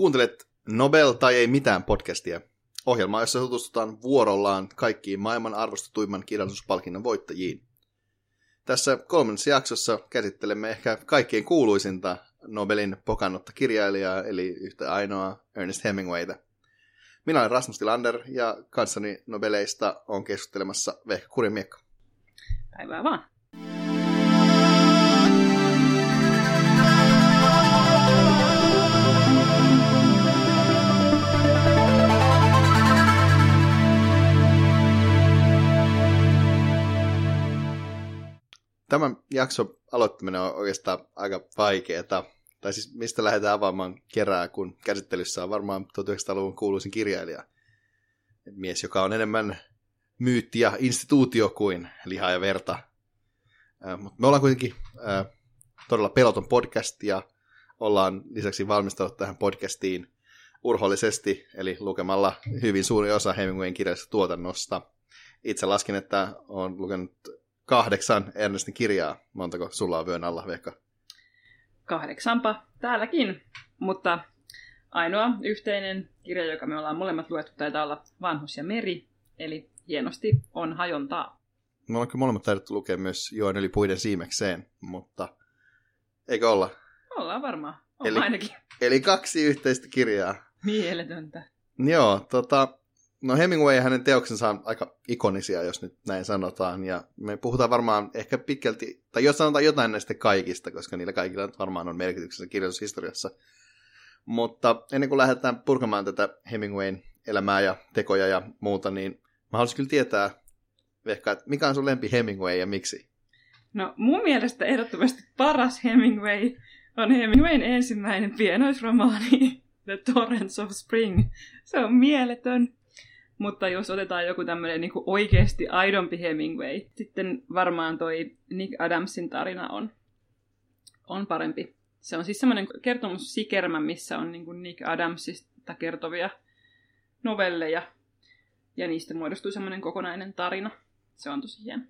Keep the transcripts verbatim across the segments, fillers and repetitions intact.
Kuuntelet Nobel tai ei mitään podcastia. Ohjelma, jossa tutustutaan vuorollaan kaikkiin maailman arvostetuimman kirjallisuuspalkinnon voittajiin. Tässä kolmannessa jaksossa käsittelemme ehkä kaikkein kuuluisinta Nobelin pokannutta kirjailijaa, eli yhtä ainoa Ernest Hemingwayta. Minä olen Rasmus Tilander ja kanssani Nobeleista on keskustelemassa Vehka Kurimiekko. Päivää vaan. Tämän jakson aloittaminen on oikeastaan aika vaikeaa. Tai siis mistä lähdetään avaamaan kerää, kun käsittelyssä on varmaan tuhatyhdeksänsataaluvun kuuluisin kirjailija. Mies, joka on enemmän myytti ja instituutio kuin lihaa ja verta. Äh, mutta me ollaan kuitenkin äh, todella peloton podcast ja ollaan lisäksi valmistellut tähän podcastiin urhoollisesti, eli lukemalla hyvin suuri osa Hemingwayn kirjallisesta tuotannosta. Itse laskin, että olen lukenut kahdeksan Ernestin kirjaa. Montako sulla on vyön alla, Vehka? Kahdeksanpa täälläkin, mutta ainoa yhteinen kirja, joka me ollaan molemmat luettu, taitaa olla Vanhus ja meri, eli hienosti on hajontaa. Me ollaan kyllä molemmat taidettu lukea myös Joen yli puiden siimekseen, mutta eikö olla? Ollaan varmaan, on eli, ainakin. Eli kaksi yhteistä kirjaa. Mieletöntä. Joo, tota... No Hemingway ja hänen teoksensa on aika ikonisia, jos nyt näin sanotaan, ja me puhutaan varmaan ehkä pitkälti, tai jos sanotaan jotain näistä kaikista, koska niillä kaikilla varmaan on merkityksensä kirjallisuushistoriassa. Mutta ennen kuin lähdetään purkamaan tätä Hemingwayn elämää ja tekoja ja muuta, niin mä haluaisin kyllä tietää, Vehka, että mikä on sun lempi Hemingway ja miksi? No mun mielestä ehdottomasti paras Hemingway on Hemingwayn ensimmäinen pienoisromaani The Torrents of Spring. Se on mieletön. Mutta jos otetaan joku tämmöinen niin kuin oikeasti aidompi Hemingway, sitten varmaan toi Nick Adamsin tarina on, on parempi. Se on siis semmoinen kertomussikermä, missä on niin kuin Nick Adamsista kertovia novelleja. Ja niistä muodostuu semmoinen kokonainen tarina. Se on tosi hieno.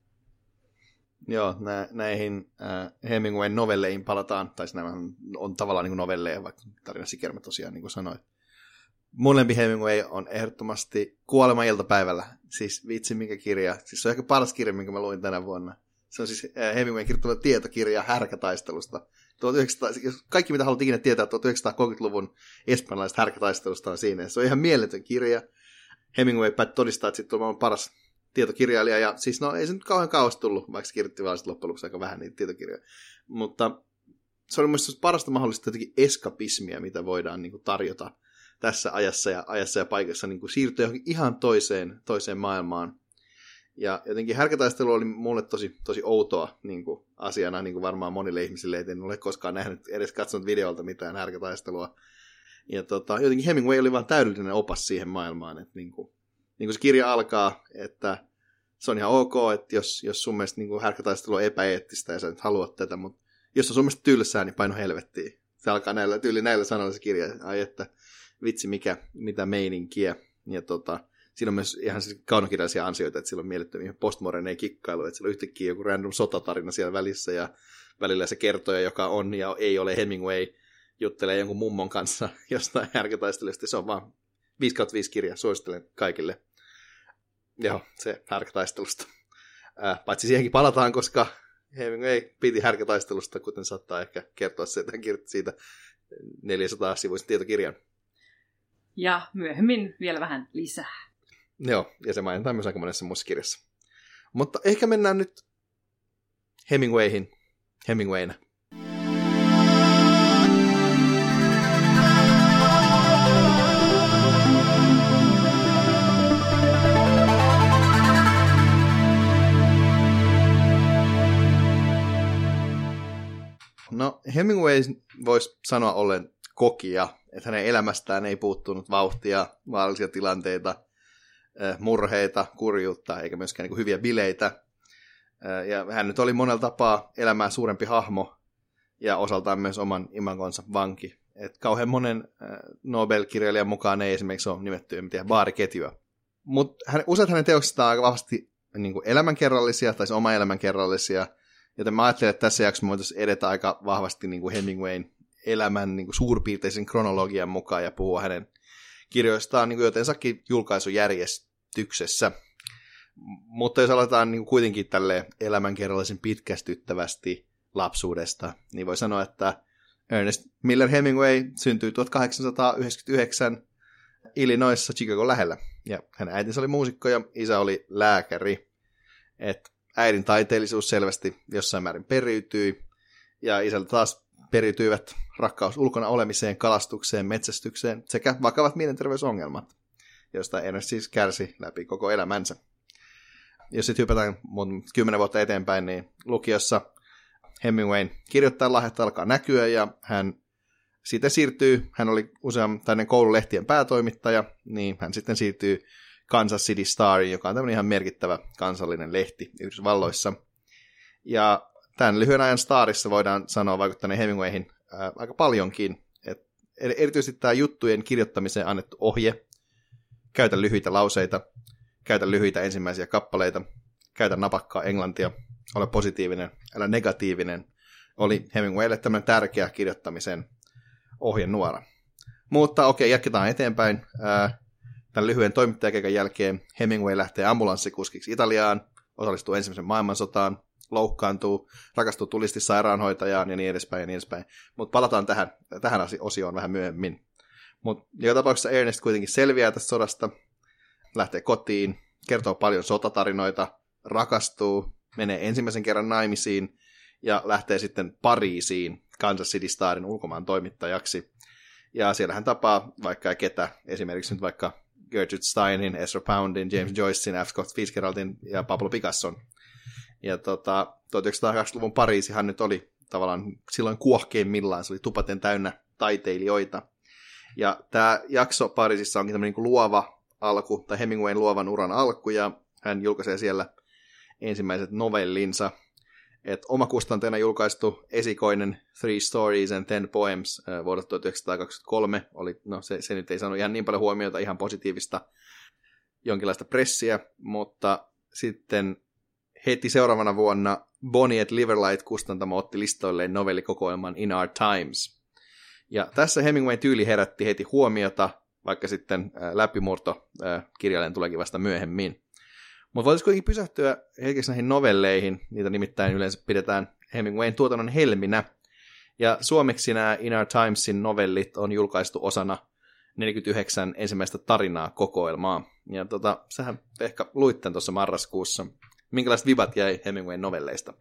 Joo, nä- näihin äh, Hemingwayn novelleihin palataan. Tai nämä on, on tavallaan niin kuin novelleja, vaikka tarinasikermä tosiaan, niin kuin sanoit. Mun lempi Hemingway on ehdottomasti Kuolema iltapäivällä. Siis vitsi mikä kirja. Siis se on ehkä paras kirja, minkä mä luin tänä vuonna. Se on siis Hemingwayn kirjoittama tietokirja härkätaistelusta. tuhatyhdeksänsataa, kaikki mitä haluat ikinä tietää tuhatyhdeksänsataakolmekymmentäluvun espanjalaisesta härkätaistelusta on siinä. Se on ihan mieletön kirja. Hemingway päätti todistaa, että siitä on paras tietokirjailija. Ja siis no ei se nyt kauhean kauas tullut, vaikka se kirjoitti vaan sitten loppujen lopuksi aika vähän niitä tietokirjoja. Mutta se oli mielestäni parasta mahdollista jotenkin eskapismia, mitä voidaan niin kuin tarjota tässä ajassa ja, ajassa ja paikassa niin kuin siirtyä johonkin ihan toiseen, toiseen maailmaan. Ja jotenkin härkätaistelu oli mulle tosi, tosi outoa niin kuin asiana, niin kuin varmaan monille ihmisille, et en ole koskaan nähnyt, edes katsonut videolta mitään härkätaistelua. Ja tota, jotenkin Hemingway oli vaan täydellinen opas siihen maailmaan. Että niin kuin, niin kuin se kirja alkaa, että se on ihan ok, että jos, jos sun mielestä niin kuin härkätaistelu on epäeettistä ja sä nyt haluat tätä, mutta jos on sun mielestä tylsää, niin paino helvettiin. Se alkaa näillä, tyyli näillä sanoilla se kirja. Ai että vitsi mikä, mitä meininkiä. Ja tota, siinä on myös ihan siis kaunokirjallisia ansioita, että sillä on mielettömiä postmoderneja kikkailuja, että sillä on yhtäkkiä joku random sotatarina siellä välissä, ja välillä se kertoja, joka on ja ei ole Hemingway, juttelee jonkun mummon kanssa jostain härkätaistelusta. Se on vaan viisi kautta viisi kirja, suosittelen kaikille. Joo, se härkätaistelusta. Äh, paitsi siihenkin palataan, koska Hemingway piti härkätaistelusta, kuten saattaa ehkä kertoa se, että hän kirjoitti siitä neljäsataa sivuisen tietokirjan. Ja myöhemmin vielä vähän lisää. Joo, ja se mainitaan myös aika monessa muussa kirjassa. Mutta ehkä mennään nyt Hemingwayhin Hemingwayna. No, Hemingway voisi sanoa ollen kokija, että hänen elämästään ei puuttunut vauhtia, vaarallisia tilanteita, murheita, kurjuutta, eikä myöskään niin kuin hyviä bileitä. Ja hän nyt oli monella tapaa elämää suurempi hahmo ja osaltaan myös oman imagonsa vanki. Et kauhean monen Nobel-kirjailijan mukaan ei esimerkiksi ole nimetty en tiedä, baariketjua. Mutta useat hänen teoksistaan on aika vahvasti niin kuin elämänkerrallisia tai oma elämänkerrallisia. Joten mä ajattelen, että tässä jaksossa me voitaisiin edetä aika vahvasti niin kuin Hemingwayn elämän niin kuin suurpiirteisen kronologian mukaan ja puhua hänen kirjoistaan niin kuin jotensakin julkaisujärjestyksessä. Mutta jos aletaan niin kuin kuitenkin tälleen elämänkerrallisen pitkästyttävästi lapsuudesta, niin voi sanoa, että Ernest Miller Hemingway syntyi tuhatkahdeksansataayhdeksänkymmentäyhdeksän Illinoisissa Chicagon lähellä. Ja hänen äitinsä oli muusikko ja isä oli lääkäri. Et äidin taiteellisuus selvästi jossain määrin periytyi. Ja isältä taas periytyivät rakkaus ulkona olemiseen, kalastukseen, metsästykseen sekä vakavat mielenterveysongelmat, joista Ernest siis kärsi läpi koko elämänsä. Jos sitten hypätään kymmenen vuotta eteenpäin, niin lukiossa Hemingwayn kirjoittajan lahjat alkaa näkyä ja hän siitä siirtyy, hän oli usean tänne koululehtien päätoimittaja, niin hän sitten siirtyy Kansas City Stariin, joka on tämmöinen ihan merkittävä kansallinen lehti Yhdysvalloissa. Ja tämän lyhyen ajan Starissa voidaan sanoa vaikuttaneen Hemingwayhin ää, aika paljonkin. Et erityisesti tämä juttujen kirjoittamiseen annettu ohje, käytä lyhyitä lauseita, käytä lyhyitä ensimmäisiä kappaleita, käytä napakkaa englantia, ole positiivinen, älä negatiivinen, oli Hemingwaylle tämmöinen tärkeä kirjoittamisen ohjenuora. Mutta okei, jatketaan eteenpäin. Tämän lyhyen toimittajakeikan jälkeen Hemingway lähtee ambulanssikuskiksi Italiaan, osallistuu ensimmäisen maailmansotaan, loukkaantuu, rakastuu tulisti sairaanhoitajaan ja niin edespäin ja niin edespäin. Mutta palataan tähän, tähän osioon vähän myöhemmin. Mutta joka tapauksessa Ernest kuitenkin selviää tästä sodasta, lähtee kotiin, kertoo paljon sotatarinoita, rakastuu, menee ensimmäisen kerran naimisiin ja lähtee sitten Pariisiin Kansas City Starin ulkomaan toimittajaksi. Ja siellä hän tapaa vaikka ketä, esimerkiksi nyt vaikka Gertrude Steinin, Ezra Poundin, James Joycein, F. Scott Fitzgeraldin ja Pablo Picasson. Ja tota, tuhatyhdeksänsataakaksikymmentäluvun Pariisihan nyt oli tavallaan silloin kuohkeimmillaan, se oli tupaten täynnä taiteilijoita. Ja tämä jakso Pariisissa onkin tämmöinen niin kuin luova alku, tai Hemingwayn luovan uran alku, ja hän julkaisee siellä ensimmäiset novellinsa. Et omakustanteena julkaistu esikoinen Three Stories and Ten Poems vuodelta tuhatyhdeksänsataakaksikymmentäkolme. Oli, no se, se nyt ei saanut ihan niin paljon huomiota, ihan positiivista jonkinlaista pressiä, mutta sitten heti seuraavana vuonna Bonnie et Liverlight-kustantamo otti listoilleen novellikokoelman In Our Times. Ja tässä Hemingwayn tyyli herätti heti huomiota, vaikka sitten läpimurto kirjailijan tuleekin vasta myöhemmin. Mutta voitaisiin kuitenkin pysähtyä hetkeksi näihin novelleihin, niitä nimittäin yleensä pidetään Hemingwayn tuotannon helminä. Ja suomeksi nämä In Our Timesin novellit on julkaistu osana neljäkymmentäyhdeksän ensimmäistä tarinaa kokoelmaa. Ja tota, sähän ehkä luit tämän tuossa marraskuussa. Minkälaiset vibat jäi Hemingwayn novelleista?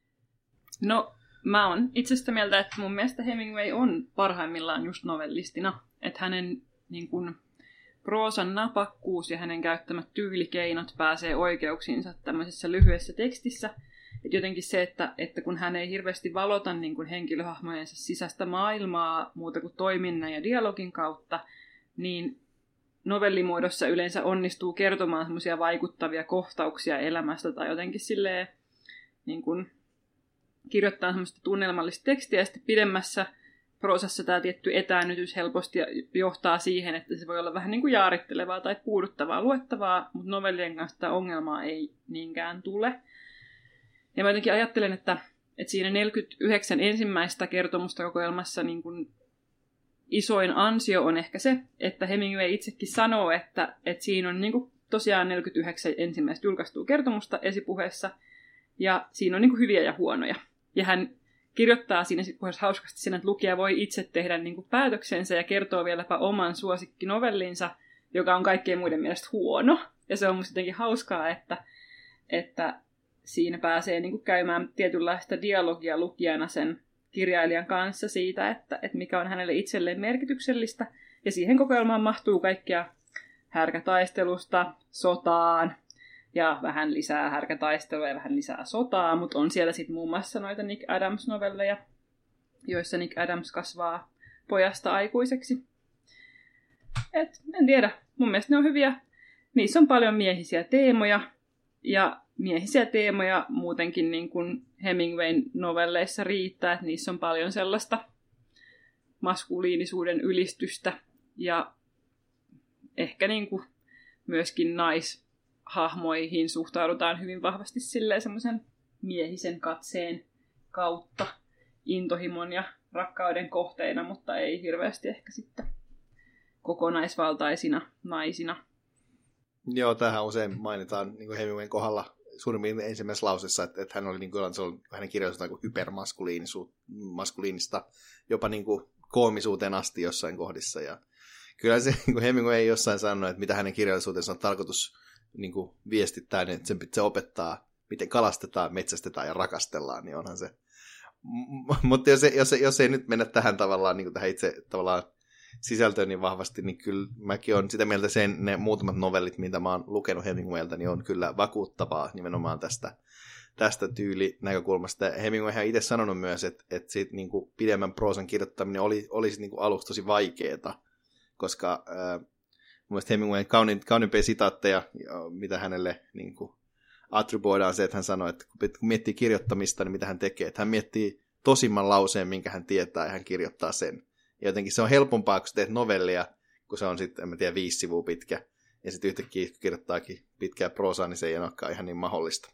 No, mä oon itse sitä mieltä, että mun mielestä Hemingway on parhaimmillaan just novellistina. Että hänen niin kun, proosan napakkuus ja hänen käyttämät tyylikeinot pääsee oikeuksiinsa tämmöisessä lyhyessä tekstissä. Et jotenkin se, että, että kun hän ei hirveästi valota niin kun henkilöhahmojensa sisäistä maailmaa muuta kuin toiminnan ja dialogin kautta, niin novellimuodossa yleensä onnistuu kertomaan semmoisia vaikuttavia kohtauksia elämästä tai jotenkin silleen niin kun kirjoittaa semmoista tunnelmallista tekstiä ja sitten pidemmässä proosassa tämä tietty etäännytys helposti johtaa siihen, että se voi olla vähän niin kuin jaarittelevaa tai puuduttavaa luettavaa, mutta novellien kanssa tämä ongelmaa ei niinkään tule. Ja mä jotenkin ajattelen, että, että siinä neljäkymmentäyhdeksän ensimmäistä kertomusta kokoelmassa niin kuin isoin ansio on ehkä se, että Hemingway itsekin sanoo, että, että siinä on niin kuin tosiaan neljäkymmentäyhdeksän ensimmäistä julkaistua kertomusta esipuheessa, ja siinä on niin kuin hyviä ja huonoja. Ja hän kirjoittaa siinä esipuheessa hauskasti sen, että lukija voi itse tehdä niin kuin päätöksensä ja kertoo vieläpä oman suosikkinovellinsa, joka on kaikkien muiden mielestä huono. Ja se on musta jotenkin hauskaa, että, että siinä pääsee niin kuin käymään tietynlaista dialogia lukijana sen kirjailijan kanssa siitä, että, että mikä on hänelle itselleen merkityksellistä. Ja siihen kokoelmaan mahtuu kaikkia härkätaistelusta sotaan ja vähän lisää härkätaistelua ja vähän lisää sotaa, mutta on siellä sitten muun muassa noita Nick Adams-novelleja, joissa Nick Adams kasvaa pojasta aikuiseksi. Et, en tiedä, mun mielestä ne on hyviä. Niissä on paljon miehisiä teemoja, ja miehisiä teemoja muutenkin niin kuin Hemingwayn novelleissa riittää, että niissä on paljon sellaista maskuliinisuuden ylistystä, ja ehkä niin kuin myöskin naishahmoihin suhtaudutaan hyvin vahvasti silleen semmoisen miehisen katseen kautta intohimon ja rakkauden kohteina, mutta ei hirveästi ehkä sitten kokonaisvaltaisina naisina. Joo, tähän usein mainitaan niin kuin Hemingwayn kohdalla suurimmin ensimmäisessä lauseessa, että, että hän oli niin kuin, se oli hänen kirjoitusta niin hypermaskuliinista, jopa niin kuin koomisuuteen asti jossain kohdissa. Ja kyllä se niin kuin Hemingway ei jossain sanonut, että mitä hänen kirjallisuutensa on tarkoitus niin kuin viestittää, niin että sen pitää opettaa, miten kalastetaan, metsästetään ja rakastellaan, niin onhan se. Mutta jos, jos, jos ei nyt mennä tähän tavallaan, niin kuin tähän itse tavallaan sisältöön niin vahvasti, niin kyllä mäkin olen sitä mieltä sen, ne muutamat novellit, mitä mä oon lukenut Hemingwaylta, niin on kyllä vakuuttavaa nimenomaan tästä, tästä tyylinäkökulmasta. Hemingway on itse sanonut myös, että, että siitä niin kuin pidemmän proosan kirjoittaminen oli, oli niin kuin aluksi tosi vaikeaa, koska äh, mun mielestä Hemingwayn kaunin, kauniimpia sitaatteja, mitä hänelle niin kuin attribuoidaan se, että hän sanoi, että kun miettii kirjoittamista, niin mitä hän tekee, että hän miettii tosimman lauseen, minkä hän tietää, ja hän kirjoittaa sen. Ja jotenkin se on helpompaa, kun sä teet novellia, kun se on sitten, en mä tiedä, viisi sivua pitkä. Ja sitten yhtäkkiä, kun kirjoittaakin pitkää proosaa, niin se ei olekaan ihan niin mahdollista.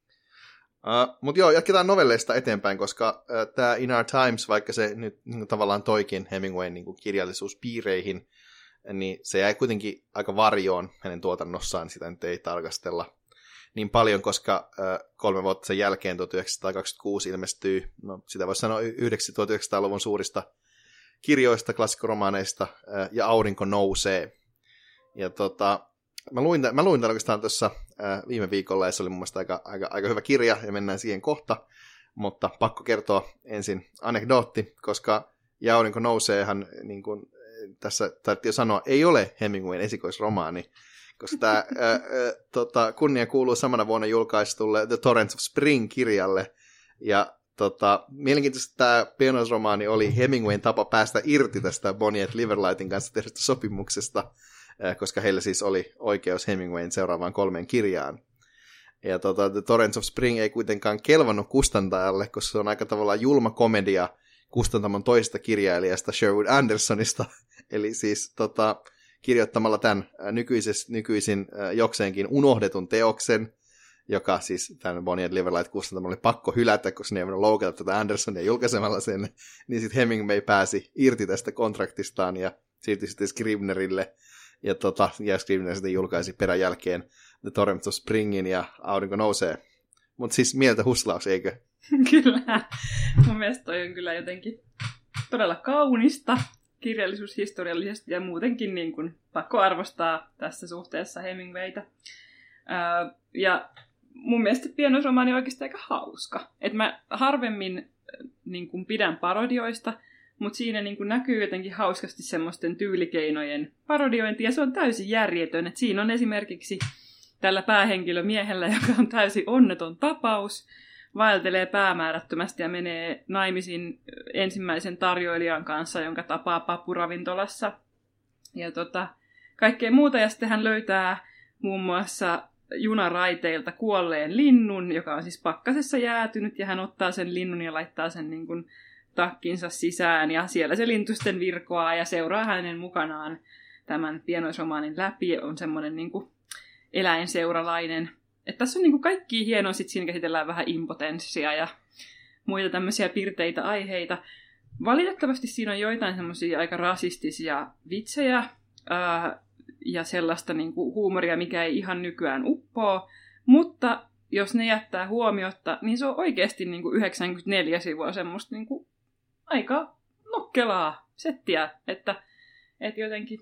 Uh, Mutta joo, jatketaan novelleista eteenpäin, koska uh, tämä In Our Times, vaikka se nyt niin tavallaan toikin Hemingwayn niin kirjallisuuspiireihin, niin se jäi kuitenkin aika varjoon hänen tuotannossaan, sitä nyt ei tarkastella niin paljon, koska uh, kolme vuotta sen jälkeen tuhatyhdeksänsataakaksikymmentäkuusi ilmestyy, no sitä voisi sanoa yhdeksi tuhatyhdeksänsataaluvun suurista kirjoista, klassikkoromaaneista, uh, ja Aurinko nousee. Ja tota, mä luin, mä luin tämän oikeastaan tuossa uh, viime viikolla, ja se oli mun mielestä aika, aika, aika hyvä kirja, ja mennään siihen kohta, mutta pakko kertoa ensin anekdootti, koska Ja Aurinko nouseehan, niin kuin tässä tarvittiin jo sanoa, ei ole Hemingwayn esikoisromaani, koska tämä ää, ää, tota, kunnia kuuluu samana vuonna julkaistulle The Torrents of Spring-kirjalle. Ja tota, mielenkiintoista tämä pienoisromaani oli Hemingwayn tapa päästä irti tästä Bonnie and Liverlightin kanssa tehdystä sopimuksesta, ää, koska heillä siis oli oikeus Hemingwayn seuraavaan kolmeen kirjaan. Ja tota, The Torrents of Spring ei kuitenkaan kelvannut kustantajalle, koska se on aika tavallaan julma komedia kustantamon toisesta kirjailijasta Sherwood Andersonista. Eli siis tota, kirjoittamalla tämän nykyisis, nykyisin äh, jokseenkin unohdetun teoksen, joka siis tämän Bonnie and Liverlight kustantamon oli pakko hylätä, koska ne ei voinut loukata tätä Andersonia julkaisemalla sen, niin sitten Hemingway pääsi irti tästä kontraktistaan ja siirtyi sitten Scribnerille. Ja, tota, ja Scribner sitten julkaisi perän jälkeen The Torrents of Springin ja Aurinko nousee. Mutta siis mieltä huslaus, eikö? Kyllä. Mun mielestä toi on kyllä jotenkin todella kaunista kirjallisuushistoriallisesti ja muutenkin niin kuin pakko arvostaa tässä suhteessa Hemingwaytä. Ää, ja mun mielestä pienoisromaani on oikeastaan aika hauska. Et mä harvemmin niin kuin pidän parodioista, mutta siinä niin kuin näkyy jotenkin hauskasti semmoisten tyylikeinojen parodiointi, ja se on täysin järjetön. Et siinä on esimerkiksi tällä päähenkilömiehellä, joka on täysin onneton tapaus, vaeltelee päämäärättömästi ja menee naimisiin ensimmäisen tarjoilijan kanssa, jonka tapaa papuravintolassa. Ja tota, kaikkea muuta, ja sitten hän löytää muun muassa junaraiteilta kuolleen linnun, joka on siis pakkasessa jäätynyt, ja hän ottaa sen linnun ja laittaa sen niin kuin takkinsa sisään, ja siellä se lintu sitten virkoaa ja seuraa hänen mukanaan tämän pienoisromaanin läpi. On semmoinen niin kuin eläinseuralainen. Että tässä on niin kuin kaikki hienoa, sitten siinä käsitellään vähän impotenssia ja muita tämmöisiä pirteitä aiheita. Valitettavasti siinä on joitain semmoisia aika rasistisia vitsejä ää, ja sellaista niin kuin huumoria, mikä ei ihan nykyään uppoo, mutta jos ne jättää huomiotta, niin se on oikeasti niin kuin yhdeksänkymmentäneljä sivua semmoista niin kuin aika nokkelaa settiä, että, että jotenkin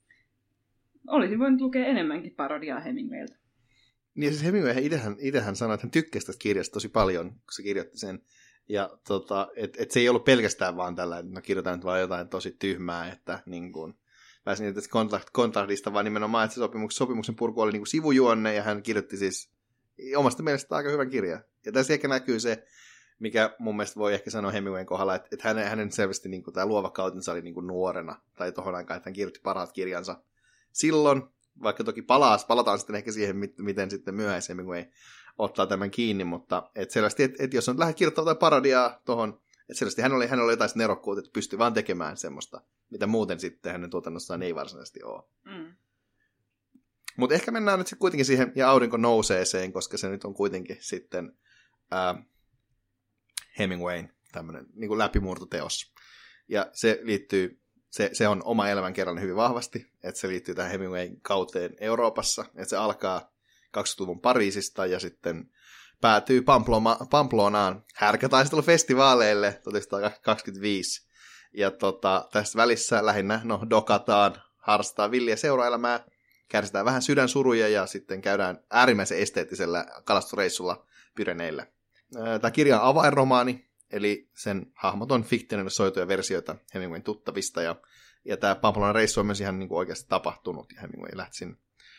olisin voinut lukea enemmänkin parodiaa Hemingwayltä. Niin siis Hemingway itsehän, itsehän sanoi, että hän tykkäsi tästä kirjasta tosi paljon, kun se kirjoitti sen. Ja tota, että et se ei ollut pelkästään vaan tällä, että mä kirjoitan nyt vaan jotain tosi tyhmää, että niin kuin pääsin niitä kontaktista, vaan nimenomaan, että se sopimuksen, sopimuksen purku oli niin kuin sivujuonne, ja hän kirjoitti siis omasta mielestä aika hyvän kirjan. Ja tässä ehkä näkyy se, mikä mun mielestä voi ehkä sanoa Hemingwayn kohdalla, että, että hänen, hänen selvästi niin kuin, tämä luova kautensa oli niin kuin nuorena, tai tohon aikaan, että hän kirjoitti parhaat kirjansa silloin, vaikka toki palaa, palataan sitten ehkä siihen, miten sitten myöhäisemmin, kun ei ottaa tämän kiinni, mutta et selvästi, että et jos on lähdet kirjoittamaan jotain parodiaa tuohon, että selvästi hän oli, hän oli jotain nerokkuutta, että pystyi vaan tekemään semmoista, mitä muuten sitten hänen tuotannossaan ei varsinaisesti ole. Mm. Mutta ehkä mennään nyt sitten kuitenkin siihen Ja Aurinko nouseeseen, koska se nyt on kuitenkin sitten ää, Hemingwayn tämmöinen niin kuin läpimurtoteos. Ja se liittyy, se, se on oma elämänkerran hyvin vahvasti, että se liittyy tähän Hemingwayn kauteen Euroopassa. Että se alkaa kaksikymmentäluvun Pariisista ja sitten päätyy Pamplona, Pamplonaan härkätaistelufestivaaleille tuhatyhdeksänsataakaksikymmentäviisi. Ja tota, tässä välissä lähinnä no, dokataan, harrastetaan villiä seuraelämää, kärsitään vähän sydänsuruja ja sitten käydään äärimmäisen esteettisellä kalastusreissulla Pyreneillä. Tämä kirja on avainromaani, eli sen hahmot on fiktionalisoituja versioita Hemingwayn tuttavista. Ja, ja tämä Pamplonan reissu on myös ihan niin kuin oikeasti tapahtunut ja Hemingway lähti sinne.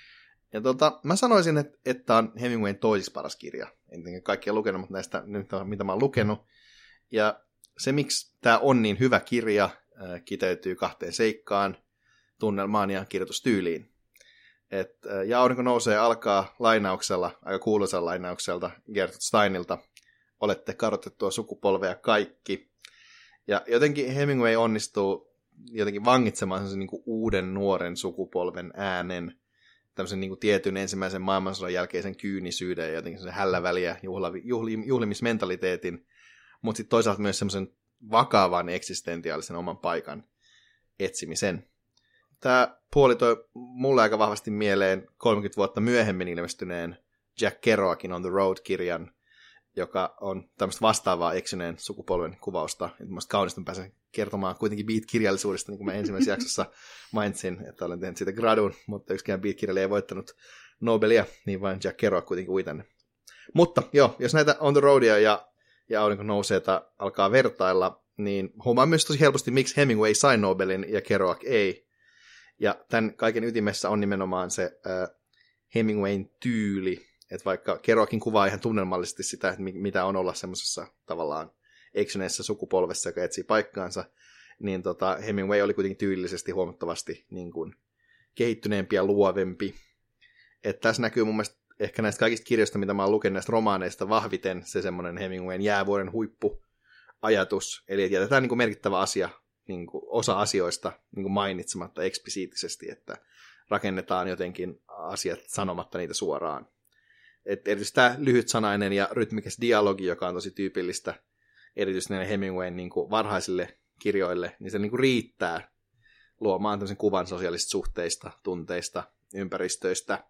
Ja tota, mä sanoisin, että, että on Hemingwayn toisiksi paras kirja. En tietenkään kaikkia lukenut, mutta näistä nyt on, mitä mä oon lukenut. Ja se, miksi tämä on niin hyvä kirja, äh, kiteytyy kahteen seikkaan, tunnelmaan ja kirjoitustyyliin. Et, äh, ja aurinko nousee alkaa lainauksella, aika kuuluisella lainaukselta Gertrude Steinilta. Olette kadotettua sukupolvea kaikki. Ja jotenkin Hemingway onnistuu jotenkin vangitsemaan sen niin kuin uuden nuoren sukupolven äänen, tämmöisen niin kuin tietyn ensimmäisen maailmansodan jälkeisen kyynisyyden ja jotenkin sen hälläväliä juhla, juhli, juhlimismentaliteetin, mutta sitten toisaalta myös semmoisen vakavan eksistentiaalisen oman paikan etsimisen. Tämä puoli toi mulle aika vahvasti mieleen kolmekymmentä vuotta myöhemmin ilmestyneen Jack Kerouacin On the Road-kirjan, joka on tämmöistä vastaavaa eksyneen sukupolven kuvausta. Mielestäni kaunista pääsen kertomaan kuitenkin beat-kirjallisuudesta, niin kuin mä ensimmäisessä jaksossa mainitsin, että olen tehnyt siitä gradun, mutta yksikään beat-kirjailija ei voittanut Nobelia, niin vain Jack Kerouac kuitenkin ui tänne. Mutta joo, jos näitä On the Roadia ja, ja Aurinko nouseeta alkaa vertailla, niin huomaa myös tosi helposti, miksi Hemingway sai Nobelin ja Kerouac ei. Ja tämän kaiken ytimessä on nimenomaan se äh, Hemingwayn tyyli, että vaikka Kerouacin kuvaa ihan tunnelmallisesti sitä, että mitä on olla semmoisessa tavallaan eksyneessä sukupolvessa, joka etsii paikkaansa, niin tota, Hemingway oli kuitenkin tyylillisesti huomattavasti niin kuin kehittyneempi ja luovempi. Et tässä näkyy mun mielestä ehkä näistä kaikista kirjoista, mitä mä oon lukenut näistä romaaneista, vahviten se semmoinen Hemingwayn jäävuoren huippuajatus, eli että jätetään niin kuin merkittävä asia, niin kuin osa asioista niin kuin mainitsematta eksplisiittisesti, että rakennetaan jotenkin asiat sanomatta niitä suoraan. Et erityisesti tämä lyhytsanainen ja rytmikäs dialogi, joka on tosi tyypillistä erityisesti näille Hemingwayn niin kuin varhaisille kirjoille, niin se niin kuin riittää luomaan tämmöisen kuvan sosiaalisista suhteista, tunteista, ympäristöistä.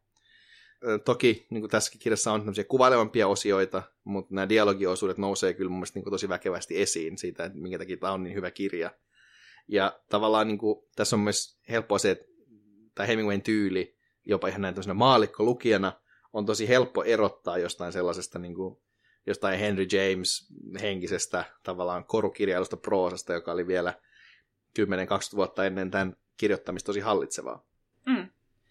Toki niin kuin tässäkin kirjassa on tämmöisiä kuvailevampia osioita, mutta nämä dialogiosuudet nousee kyllä mun mielestä niin kuin tosi väkevästi esiin siitä, että minkä takia tämä on niin hyvä kirja. Ja tavallaan niin kuin, tässä on myös helppoa se, että tämä Hemingwayn tyyli, jopa ihan näin tämmöisenä maallikkolukijana, on tosi helppo erottaa jostain sellaisesta niin kuin, jostain Henry James henkisestä tavallaan korukirjailusta proosasta, joka oli vielä kymmenen kaksikymmentä vuotta ennen tämän kirjoittamista tosi hallitsevaa. Mm.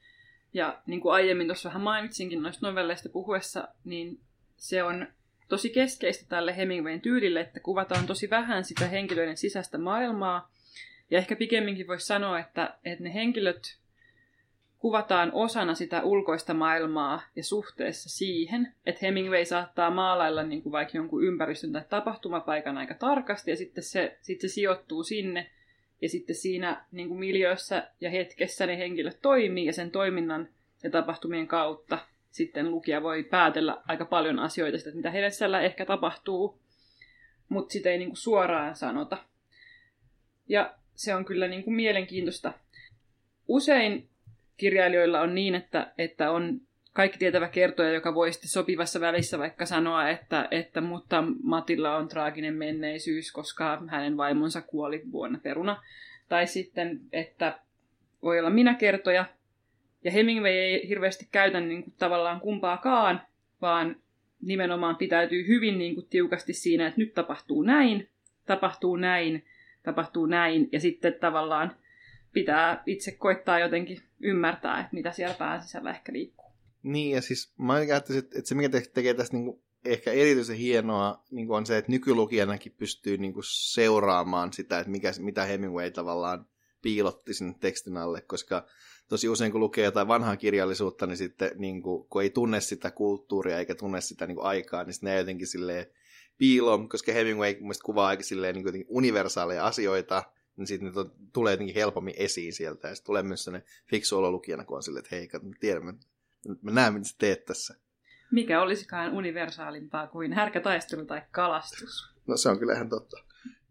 Ja niin kuin aiemmin tuossa vähän mainitsinkin noista novelleista puhuessa, niin se on tosi keskeistä tälle Hemingwayn tyylille, että kuvataan tosi vähän sitä henkilöiden sisäistä maailmaa. Ja ehkä pikemminkin voisi sanoa, että, että ne henkilöt kuvataan osana sitä ulkoista maailmaa ja suhteessa siihen, että Hemingway saattaa maalailla niin kuin vaikka jonkun ympäristön tai tapahtumapaikan aika tarkasti, ja sitten se, sitten se sijoittuu sinne, ja sitten siinä niin kuin miljöössä ja hetkessä ne henkilöt toimii, ja sen toiminnan ja tapahtumien kautta sitten lukija voi päätellä aika paljon asioita, sitä, että mitä heidän sisällä ehkä tapahtuu, mutta sitä ei niin kuin suoraan sanota. Ja se on kyllä niin kuin mielenkiintoista. Usein kirjailijoilla on niin, että, että on kaikki tietävä kertoja, joka voi sitten sopivassa välissä vaikka sanoa, että, että mutta Matilla on traaginen menneisyys, koska hänen vaimonsa kuoli vuonna peruna. Tai sitten, että voi olla minä kertoja. Ja Hemingway ei hirveästi käytä niin kuin tavallaan kumpaakaan, vaan nimenomaan pitäytyy hyvin niin kuin tiukasti siinä, että nyt tapahtuu näin, tapahtuu näin, tapahtuu näin. Ja sitten tavallaan pitää itse koittaa jotenkin ymmärtää, että mitä siellä pään sisällä ehkä liikkuu. Niin, ja siis mä ajattelin, että se mikä tekee tästä niin kuin ehkä erityisen hienoa niin kuin on se, että nykylukijanakin pystyy niin kuin seuraamaan sitä, että mikä, mitä Hemingway tavallaan piilotti sinne tekstin alle, koska tosi usein kun lukee jotain vanhaa kirjallisuutta, niin sitten niin kuin, kun ei tunne sitä kulttuuria eikä tunne sitä niin kuin aikaa, niin sitten ne jotenkin silleen piiloon, koska Hemingway mun mielestä kuvaa aika silleen niin kuin universaaleja asioita, niin sitten ne tulee jotenkin helpommin esiin sieltä. Ja sitten tulee myös sellainen fiksu olo lukijana, kun on silleen, että hei, me tiedämme, mä näen, mitä sä teet tässä. Mikä olisikaan universaalimpaa kuin härkätaistelu tai kalastus? No se on kyllä ihan totta.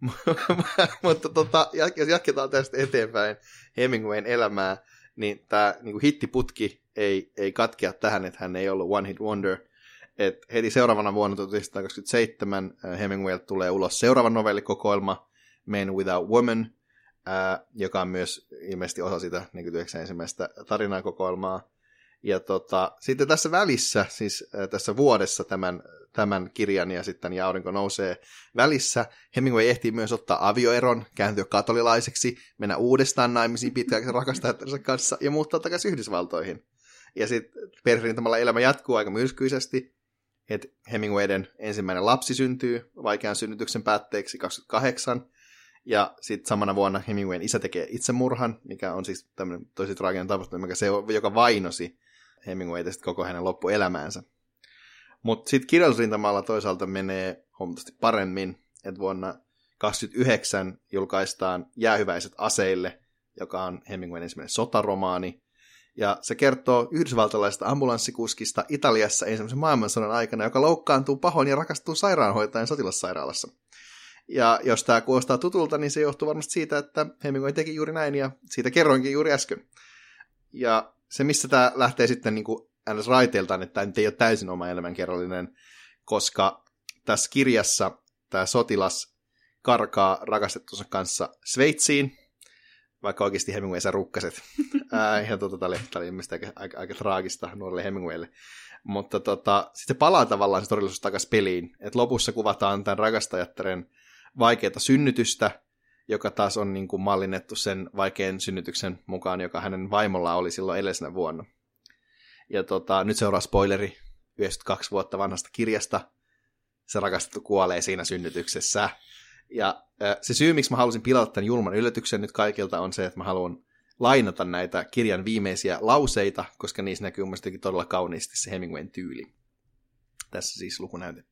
Mutta tota, jos jatketaan tästä eteenpäin Hemingwayn elämää, niin tämä niin kuin hittiputki ei, ei katkea tähän, että hän ei ollut one hit wonder. Et heti seuraavana vuonna tuhatyhdeksänsataakaksikymmentäseitsemän Hemingwaylta tulee ulos seuraava novellikokoelma Men Without Women, ää, joka on myös ilmeisesti osa sitä neljäkymmentäyhdeksän ensimmäistä tarinakokoelmaa. Ja tota, sitten tässä välissä, siis ää, tässä vuodessa tämän, tämän kirjan ja sitten ja Aurinko nousee välissä, Hemingway ehtii myös ottaa avioeron, kääntyä katolilaiseksi, mennä uudestaan naimisiin pitkäaikaisen rakastajansa kanssa ja muuttaa takaisin Yhdysvaltoihin. Ja sitten perherintamalla elämä jatkuu aika myrskyisesti, että Hemingwayden ensimmäinen lapsi syntyy vaikean synnytyksen päätteeksi kaksikymmentäkahdeksan, ja sitten samana vuonna Hemingwayn isä tekee itsemurhan, mikä on siis tämmöinen tosi traaginen tapahtuma, joka vainosi Hemingwayta sitten koko hänen loppuelämäänsä. Mutta sitten kirjallisuusrintamalla toisaalta menee huomattavasti paremmin, että vuonna kaksikymmentäyhdeksän julkaistaan Jäähyväiset aseille, joka on Hemingwayn ensimmäinen sotaromaani, ja se kertoo yhdysvaltalaisesta ambulanssikuskista Italiassa ensimmäisen maailmansodan aikana, joka loukkaantuu pahoin ja rakastuu sairaanhoitajan sotilassairaalassa. Ja jos tämä kuulostaa tutulta, niin se johtuu varmasti siitä, että Hemingway teki juuri näin, ja siitä kerroinkin juuri äsken. Ja se, missä tämä lähtee sitten niin kuin ns. Raiteiltaan, että tämä nyt ei ole täysin oma elämänkerrallinen, koska tässä kirjassa tämä sotilas karkaa rakastettunsa kanssa Sveitsiin, vaikka oikeasti Hemingway saa rukkaset. Ää, ja tota, tämä oli, oli ilmeisesti aika, aika, aika traagista nuorelle Hemingwaylle. Mutta tota, sitten se palaa tavallaan se todellisuus takaisin peliin. Et lopussa kuvataan tämän rakastajattaren vaikeaa synnytystä, joka taas on niin kuin mallinnettu sen vaikean synnytyksen mukaan, joka hänen vaimolla oli silloin edellisenä vuonna. Ja tota, nyt seuraa spoileri yhdeksänkymmentäkaksi vuotta vanhasta kirjasta. Se rakastettu kuolee siinä synnytyksessä. Ja äh, se syy, miksi mä halusin pilata tämän julman yllätyksen nyt kaikilta, on se, että mä haluan lainata näitä kirjan viimeisiä lauseita, koska niissä näkyy mielestäni todella kauniisti se Hemingwayn tyyli. Tässä siis lukunäyte.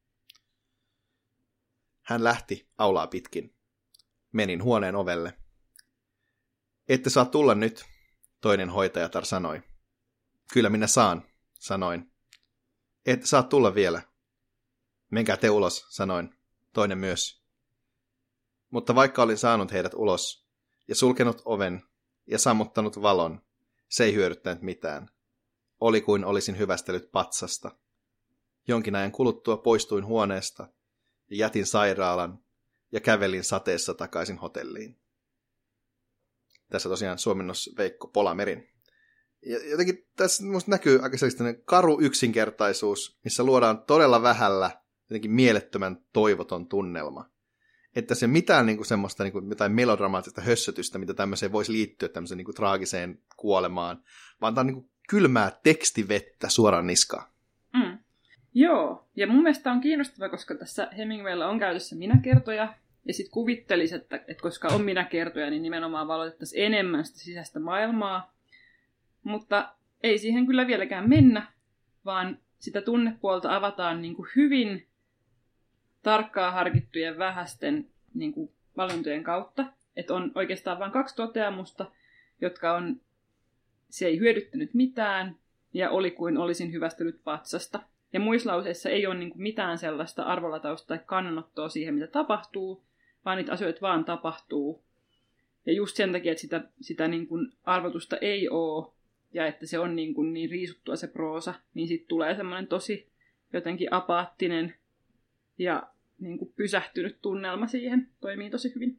Hän lähti aulaa pitkin. Menin huoneen ovelle. Ette saa tulla nyt, toinen hoitajatar sanoi. Kyllä minä saan, sanoin. Ette saa tulla vielä. Menkää te ulos, sanoin. Toinen myös. Mutta vaikka olin saanut heidät ulos ja sulkenut oven ja sammuttanut valon, se ei hyödyttänyt mitään. Oli kuin olisin hyvästellyt patsasta. Jonkin ajan kuluttua poistuin huoneesta ja jätin sairaalan ja kävelin sateessa takaisin hotelliin. Tässä tosiaan suomennos Veikko Polamerin. Ja jotenkin tässä musta näkyy aika sellainen karu yksinkertaisuus, missä luodaan todella vähällä jotenkin mielettömän toivoton tunnelma. Että se mitään niin kuin semmoista niin kuin jotain melodramaattista hössötystä, mitä tämmöiseen voisi liittyä tämmöiseen niin kuin traagiseen kuolemaan, vaan tämä on niin kuin kylmää tekstivettä suoraan niskaan. Mm. Joo, ja mun mielestä on kiinnostavaa, koska tässä Hemingwaylla on käytössä minäkertoja, ja sitten kuvittelisi, että, että koska on minäkertoja, niin nimenomaan valotettaisiin enemmän sitä sisäistä maailmaa, mutta ei siihen kyllä vieläkään mennä, vaan sitä tunnepuolta avataan niin kuin hyvin tarkkaa harkittujen vähäisten niin kuin valintojen kautta. Että on oikeastaan vain kaksi toteamusta, jotka on, se ei hyödyttänyt mitään, ja oli kuin olisin hyvästellyt patsasta. Ja muissa lauseissa ei ole niin kuin mitään sellaista arvolatausta tai kannanottoa siihen, mitä tapahtuu, vaan niitä asioita vaan tapahtuu. Ja just sen takia, että sitä, sitä niin kuin arvotusta ei ole, ja että se on niin, kuin niin riisuttua se proosa, niin sitten tulee semmoinen tosi jotenkin apaattinen ja niin kuin pysähtynyt tunnelma siihen. Toimii tosi hyvin.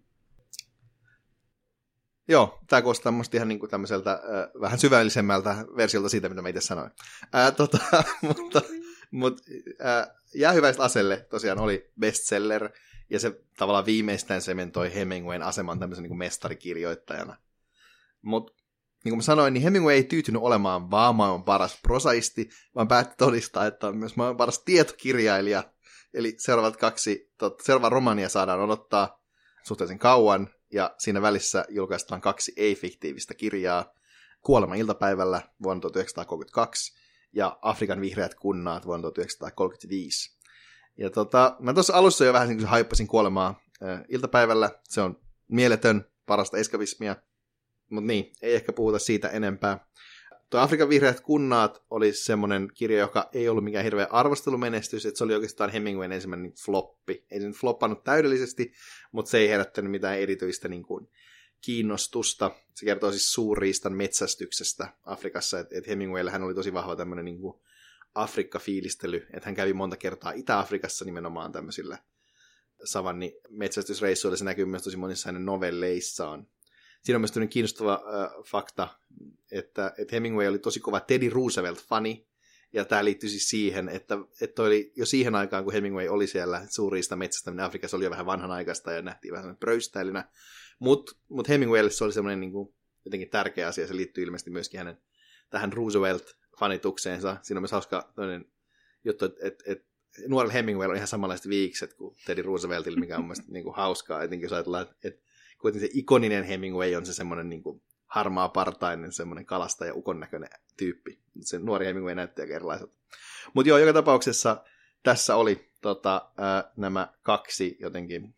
Joo, tämä kuulostaa musta ihan niin kuin tämmöiseltä äh, vähän syvällisemmältä versiolta siitä, mitä mä itse sanoin. Äh, tota, mutta mutta äh, Jäähyväiset aseille tosiaan oli bestseller, ja se tavallaan viimeistään sementoi Hemingwayn aseman tämmöisen niin kuin mestarikirjoittajana. Mutta niin kuin mä sanoin, niin Hemingway ei tyytynyt olemaan vaan maailman paras prosaisti, vaan päätti todistaa, että on myös maailman paras tietokirjailija. Eli seuraavat kaksi, tot, seuraava romania saadaan odottaa suhteellisen kauan, ja siinä välissä julkaistaan kaksi ei-fiktiivistä kirjaa. Kuolema iltapäivällä vuonna tuhatyhdeksänsataakolmekymmentäkaksi ja Afrikan vihreät kunnaat vuonna tuhatyhdeksänsataakolmekymmentäviisi. Ja tota, mä tuossa alussa jo vähän niin kuin haippasin Kuolemaa äh, iltapäivällä. Se on mieletön, parasta eskapismia. Mutta niin, ei ehkä puhuta siitä enempää. tuo Afrikan vihreät kunnat oli semmoinen kirja, joka ei ollut mikään hirveä arvostelumenestys, että se oli oikeastaan Hemingwayn ensimmäinen floppi. Ei se nyt floppannut täydellisesti, mutta se ei herättänyt mitään erityistä niin kuin kiinnostusta. Se kertoo siis suurriistan metsästyksestä Afrikassa, että et Hemingwaylla hän oli tosi vahva tämmöinen niin kuin Afrikka-fiilistely, että hän kävi monta kertaa Itä-Afrikassa nimenomaan tämmöisillä savanni metsästysreissuilla. Se näkyy myös tosi monissa hänen novelleissaan. Siinä on myös tämmöinen kiinnostava äh, fakta, että, että Hemingway oli tosi kova Teddy Roosevelt-fani, ja tämä liittyy siis siihen, että, että oli jo siihen aikaan, kun Hemingway oli siellä suurista metsästäminen Afrikassa, oli jo vähän vanhanaikaista ja nähtiin vähän pröystäilinä, mutta mut Hemingwaylle se oli semmoinen niin kuin, jotenkin tärkeä asia, se liittyy ilmeisesti myöskin hänen tähän Roosevelt-fanitukseensa. Siinä on myös hauska juttu, että, että, että nuorella Hemingwaylla on ihan samanlaiset viikset kuin Teddy Rooseveltilla, mikä on mielestäni niin kuin hauskaa, etenkin jos ajatellaan, että, että kuitenkin se ikoninen Hemingway on se semmoinen niin kuin harmaa partainen, semmoinen kalastaja ukon näköinen tyyppi. Se nuori Hemingway näytti aika erilaiselta. Mutta joo, joka tapauksessa tässä oli tota, ää, nämä kaksi jotenkin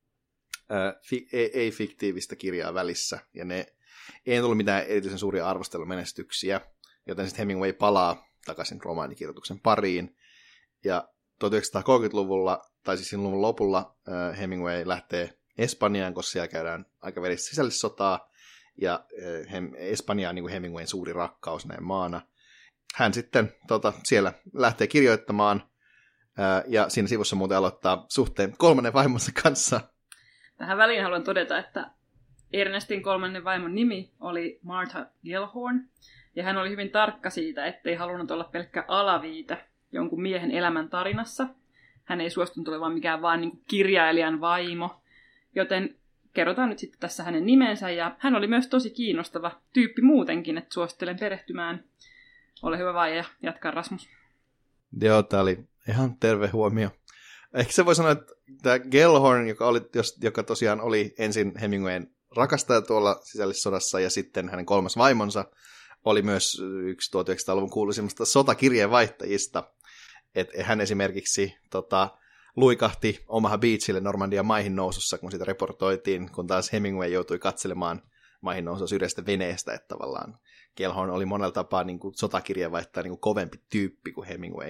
ää, fi- ei, ei fiktiivistä kirjaa välissä, ja ne ei tullut mitään erityisen suuria arvostelumenestyksiä, joten sitten Hemingway palaa takaisin romaanikirjoituksen pariin, ja tuhatyhdeksänsataakolmekymmentäluvulla, tai siis luvun lopulla, ää, Hemingway lähtee Espanjaan, koska siellä käydään aika veristä sisällissotaa, ja Espanja on niin kuin Hemingwayn suuri rakkaus näin maana. Hän sitten tota, siellä lähtee kirjoittamaan, ää, ja siinä sivussa muuten aloittaa suhteen kolmannen vaimonsa kanssa. Tähän väliin haluan todeta, että Ernestin kolmannen vaimon nimi oli Martha Gellhorn, ja hän oli hyvin tarkka siitä, ettei halunnut olla pelkkä alaviite jonkun miehen elämän tarinassa. Hän ei suostunut olemaan mikään vaan niin kuin kirjailijan vaimo, joten kerrotaan nyt sitten tässä hänen nimensä, ja hän oli myös tosi kiinnostava tyyppi muutenkin, että suosittelen perehtymään. Ole hyvä vaan ja jatkaa, Rasmus. Joo, tämä oli ihan terve huomio. Ehkä se voi sanoa, että tämä Gellhorn, joka, oli, joka tosiaan oli ensin Hemingwayn rakastaja tuolla sisällissodassa, ja sitten hänen kolmas vaimonsa, oli myös yksi tuhatyhdeksänsataaluvun kuuluisimmista sotakirjeen vaihtajista. Et hän esimerkiksi tota, luikahti Omaha Beachille Normandian maihin nousussa, kun sitä reportoitiin, kun taas Hemingway joutui katselemaan maihin nousua syrjästä veneestä, että tavallaan Gellhorn oli monella tapaa niin kuin sotakirjeenvaihtaja niin kuin kovempi tyyppi kuin Hemingway.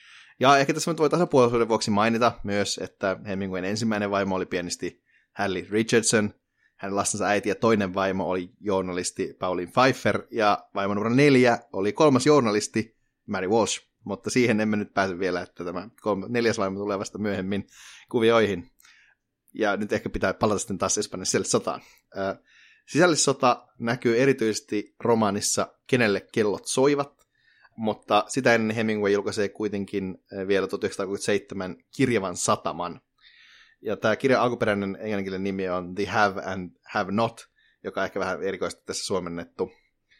Ja ehkä tässä nyt voi tasapuolisuuden vuoksi mainita myös, että Hemingwayn ensimmäinen vaimo oli pianisti Hallie Richardson, hänen lastensa äiti ja toinen vaimo oli journalisti Pauline Pfeiffer, ja vaimo numero neljä oli kolmas journalisti Mary Walsh. Mutta siihen emme nyt pääse vielä, että tämä kolme, neljäs vaimo tulee vasta myöhemmin kuvioihin. Ja nyt ehkä pitää palata sitten taas Espanjan sisällissotaan. Äh, sisällissota näkyy erityisesti romaanissa Kenelle kellot soivat, mutta sitä ennen Hemingway julkaisee kuitenkin vielä tuhatyhdeksänsataakolmekymmentäseitsemän Kirjavan sataman. Ja tämä kirjan alkuperäinen englanninkielinen nimi on The Have and Have Not, joka on ehkä vähän erikoista tässä suomennettu.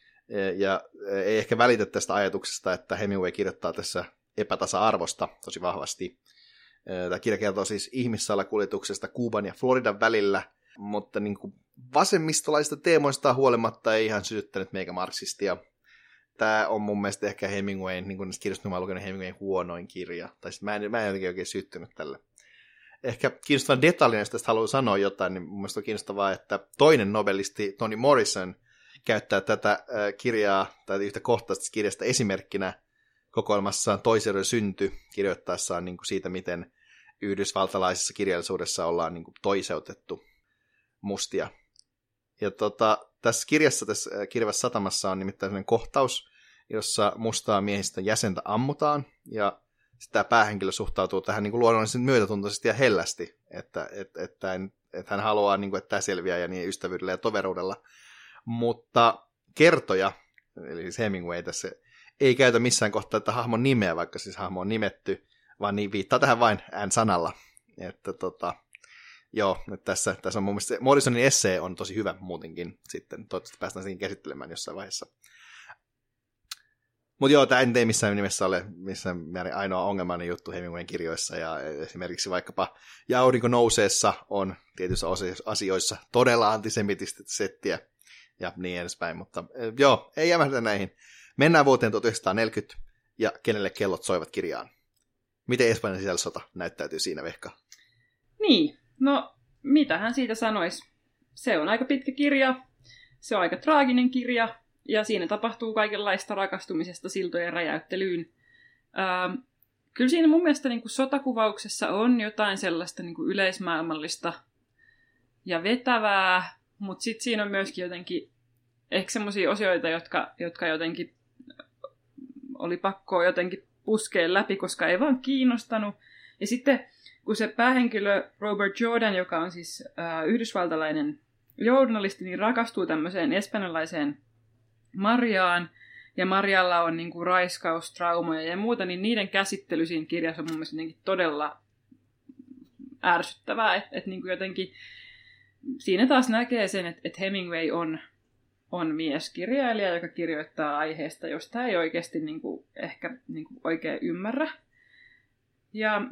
Ja ei ehkä välitä tästä ajatuksesta, että Hemingway kirjoittaa tässä epätasa-arvosta tosi vahvasti. Tämä kirja kertoo siis ihmissalakuljetuksesta Kuuban ja Floridan välillä, mutta niin kuin vasemmistolaisista teemoista huolimatta ei ihan sytyttänyt meikä marksistia. Tämä on mun mielestä ehkä Hemingwayn, niin kuin näistä kirjoista mä oon lukenut, Hemingwayn huonoin kirja. Tai mä en, mä en jotenkin oikein syttynyt tälle. Ehkä kiinnostavan detaljina, jos tästä haluaa sanoa jotain, niin mun mielestä on kiinnostavaa, että toinen novellisti Toni Morrison käyttää tätä äh, kirjaa, tai yhtä kohtaista kirjasta esimerkkinä kokoelmassaan Toiseuden synty, kirjoittaessaan niin kuin siitä, miten yhdysvaltalaisessa kirjallisuudessa ollaan niin kuin toiseutettu mustia. Ja tota, tässä kirjassa, tässä äh, Kirjavassa satamassa on nimittäin sellainen kohtaus, jossa mustaa miehistä jäsentä ammutaan, ja tämä päähenkilö suhtautuu tähän niin kuin luonnollisesti myötätuntoisesti ja hellästi, että, että, että, että hän haluaa, niin kuin, että tämä selviää ja niin ystävyydellä ja toveruudella. Mutta kertoja, eli siis Hemingway tässä, ei käytä missään kohtaa että hahmon nimeä, vaikka siis hahmo on nimetty, vaan niin viittaa tähän vain N-sanalla. Että tota, joo, että tässä, tässä on mun mielestä, Morrisonin essee on tosi hyvä muutenkin sitten, toivottavasti päästään siihen käsittelemään jossain vaiheessa. Mutta joo, tämä ei missään nimessä ole missään ainoa ongelmainen juttu Hemingwayn kirjoissa, ja esimerkiksi vaikkapa Ja aurinko nouseessa on tietyissä asioissa todella antisemitistä settiä, ja niin edespäin, mutta joo, ei jämähdä näihin. Mennään vuoteen tuhatyhdeksänsataaneljäkymmentä, ja Kenelle kellot soivat kirjaan. Miten Espanjan sisällissota näyttäytyy siinä, Vehka? Niin, no mitähän siitä sanoisi? Se on aika pitkä kirja, se on aika traaginen kirja, ja siinä tapahtuu kaikenlaista rakastumisesta siltojen räjäyttelyyn. Ähm, kyllä siinä mun mielestä niin kuin sotakuvauksessa on jotain sellaista niin kuin yleismaailmallista ja vetävää, mutta sitten siinä on myöskin jotenkin ehkä semmoisia osioita, jotka, jotka jotenkin oli pakko jotenkin puskea läpi, koska ei vaan kiinnostanut. Ja sitten kun se päähenkilö Robert Jordan, joka on siis äh, yhdysvaltalainen journalisti, niin rakastuu tämmöiseen espanjalaiseen Mariaan, ja Marialla on niinku raiskaustraumoja ja muuta, niin niiden käsittely siinä kirjassa on mun mielestä todella ärsyttävää. Että et niinku jotenkin siinä taas näkee sen, että et Hemingway on, on mieskirjailija, joka kirjoittaa aiheesta, josta ei oikeasti niinku, ehkä niinku oikein ymmärrä. Ja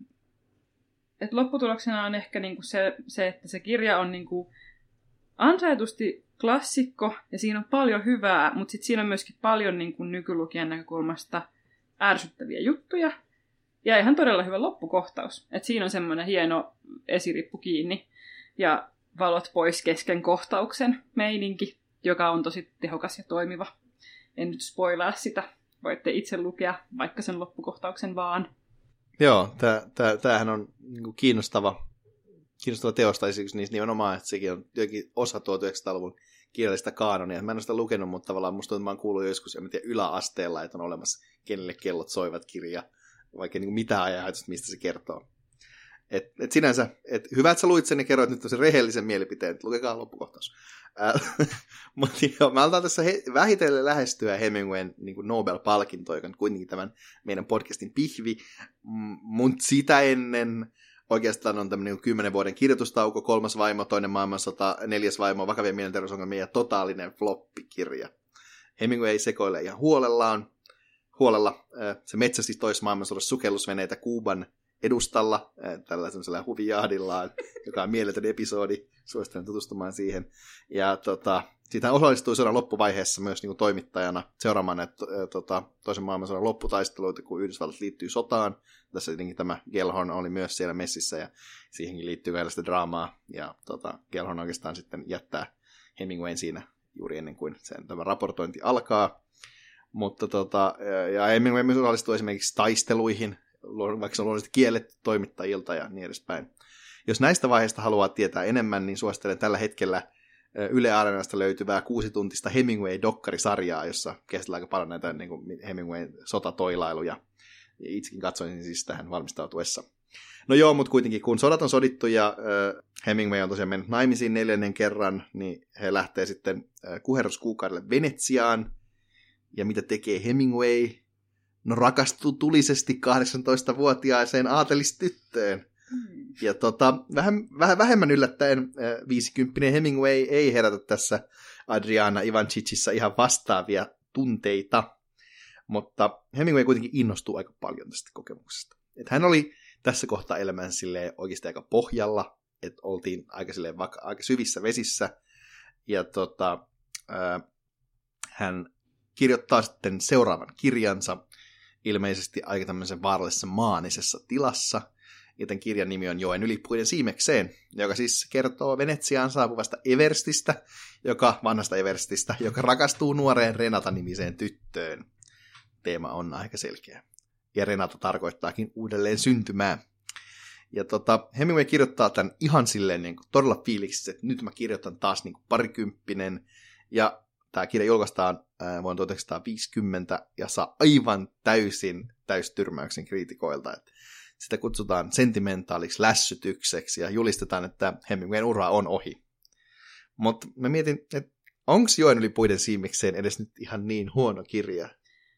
et lopputuloksena on ehkä niinku se, se, että se kirja on niinku ansaitusti klassikko, ja siinä on paljon hyvää, mutta sitten siinä on myöskin paljon niin kuin nykylukijan näkökulmasta ärsyttäviä juttuja. Ja ihan todella hyvä loppukohtaus. Et siinä on semmoinen hieno esirippu kiinni ja valot pois kesken kohtauksen meininki, joka on tosi tehokas ja toimiva. En nyt spoilaa sitä. Voitte itse lukea vaikka sen loppukohtauksen vaan. Joo, tämähän on niin kiinnostava, kiinnostava teos, tai siis nimenomaan, että sekin on jokin osa tuhatyhdeksänsataaluvun kirjallista kaanonia. Mä en ole sitä lukenut, mutta tavallaan musta tuntuu, että mä oon kuullut joskus, en tiedä, yläasteella, että on olemassa Kenelle kellot soivat kirja, vaikka niin mitään ajatusta, mistä se kertoo. Et, et sinänsä, et hyvä, että sä luit sen ja kerroit nyt sen rehellisen mielipiteen, että lukekaa loppukohtaus. Mutta joo, mä aletaan tässä he, vähitellen lähestyä Hemingwayn niin kuin Nobel-palkintoa, joka on kuitenkin tämän meidän podcastin pihvi, mutta sitä ennen oikeastaan on tämmöinen kymmenen vuoden kirjoitustauko, kolmas vaimo, toinen maailmansota, neljäs vaimo, vakavia mielenterveysongelmia ja totaalinen floppikirja. Hemingway sekoilee ihan huolellaan. Huolella. Se metsästi toisessa maailmansodassa sukellusveneitä Kuuban edustalla, tällaisella huvijahdillaan, joka on mieletön episodi. Suosittelen tutustumaan siihen. Ja tota, siitä hän osallistui sodan loppuvaiheessa myös niin kuin toimittajana seuraamaan näitä tota, toisen maailmansodan lopputaisteluita, kun Yhdysvallat liittyy sotaan. Tässä tietenkin tämä Gellhorn oli myös siellä messissä, ja siihenkin liittyy vielä sitä draamaa. Ja tota, Gellhorn oikeastaan sitten jättää Hemingwayn siinä juuri ennen kuin sen, tämä raportointi alkaa. Mutta tota, ja Hemingway myös osallistui esimerkiksi taisteluihin, vaikka se on luonnollisesti kielletty toimittajilta ja niin edespäin. Jos näistä vaiheista haluaa tietää enemmän, niin suosittelen tällä hetkellä Yle Areenasta löytyvää kuusituntista Hemingway-dokkarisarjaa, jossa käsitellään aika paljon näitä niin kuin Hemingwayn sotatoilailuja. Itsekin katsoin siis tähän valmistautuessa. No joo, mutta kuitenkin kun sodat on sodittu ja äh, Hemingway on tosiaan mennyt naimisiin neljännen kerran, niin he lähtee sitten äh, kuherruskuukaudelle Venetsiaan. Ja mitä tekee Hemingway? No rakastuu tulisesti kahdeksantoistavuotiaaseen aatelistyttöön. Mm. Ja tota, vähän, vähän vähemmän yllättäen viisikymppinen Hemingway ei herätä tässä Adriana Ivancicissa ihan vastaavia tunteita. Mutta Hemingway kuitenkin innostuu aika paljon tästä kokemuksesta. Et hän oli tässä kohtaa elämänsä oikeasti aika pohjalla, että oltiin aika, vaka- aika syvissä vesissä. Ja tota, äh, hän kirjoittaa sitten seuraavan kirjansa ilmeisesti aika tämmöisen vaarallisessa maanisessa tilassa. Joten kirjan nimi on Joen ylipuiden siimekseen, joka siis kertoo Venetsiaan saapuvasta Everstistä, joka, vanhasta Everstistä, joka rakastuu nuoreen Renata-nimiseen tyttöön. Teema on aika selkeä. Ja Renata tarkoittaakin uudelleen syntymää. Ja tota, Hemingway kirjoittaa tämän ihan silleen niin kuin todella fiiliksissä, että nyt mä kirjoitan taas niin kuin parikymppinen. Ja tämä kirja julkaistaan ää, vuonna tuhatyhdeksänsataaviisikymmentä ja saa aivan täysin täystyrmäyksen kriitikoilta. Että sitä kutsutaan sentimentaaliksi lässytykseksi ja julistetaan, että Hemingwayn ura on ohi. Mutta mä mietin, että onko Joen yli puiden siimekseen edes nyt ihan niin huono kirja?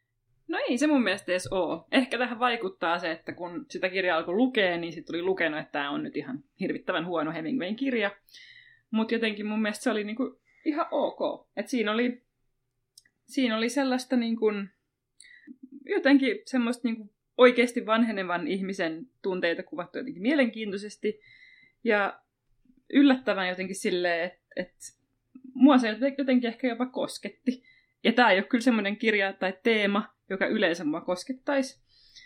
No ei se mun mielestä edes ole. Ehkä tähän vaikuttaa se, että kun sitä kirjaa alkoi lukea, niin sitten tuli lukenut, että tämä on nyt ihan hirvittävän huono Hemingwayn kirja. Mutta jotenkin mun mielestä se oli niinku ihan ok. Et siinä oli, siinä oli sellaista niinku, jotenkin semmoista niinku oikeasti vanhenevan ihmisen tunteita kuvattu jotenkin mielenkiintoisesti. Ja yllättävän jotenkin silleen, että et, mua se jotenkin ehkä jopa kosketti. Ja tämä ei ole kyllä semmoinen kirja tai teema, joka yleensä mua koskettaisi.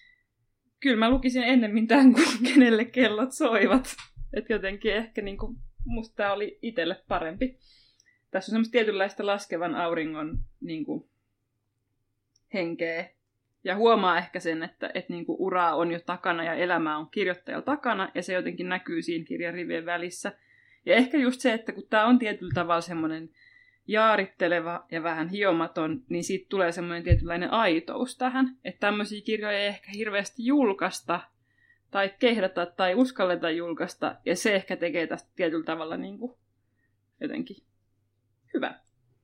Kyllä mä lukisin ennemmin tämän kuin Kenelle kellot soivat. Että jotenkin ehkä niinku, musta tämä oli itselle parempi. tässä on semmoista tietynlaista laskevan auringon niin kuin, henkeä. Ja huomaa ehkä sen, että, että niin kuin uraa on jo takana ja elämää on kirjoittajalla takana, ja se jotenkin näkyy siinä kirjan rivien välissä. Ja ehkä just se, että kun tämä on tietyllä tavalla semmoinen jaaritteleva ja vähän hiomaton, niin siitä tulee semmoinen tietynlainen aitous tähän. Että tämmöisiä kirjoja ei ehkä hirveästi julkaista, tai kehdata, tai uskalleta julkaista, ja se ehkä tekee tästä tietyllä tavalla niin kuin jotenkin hyvä.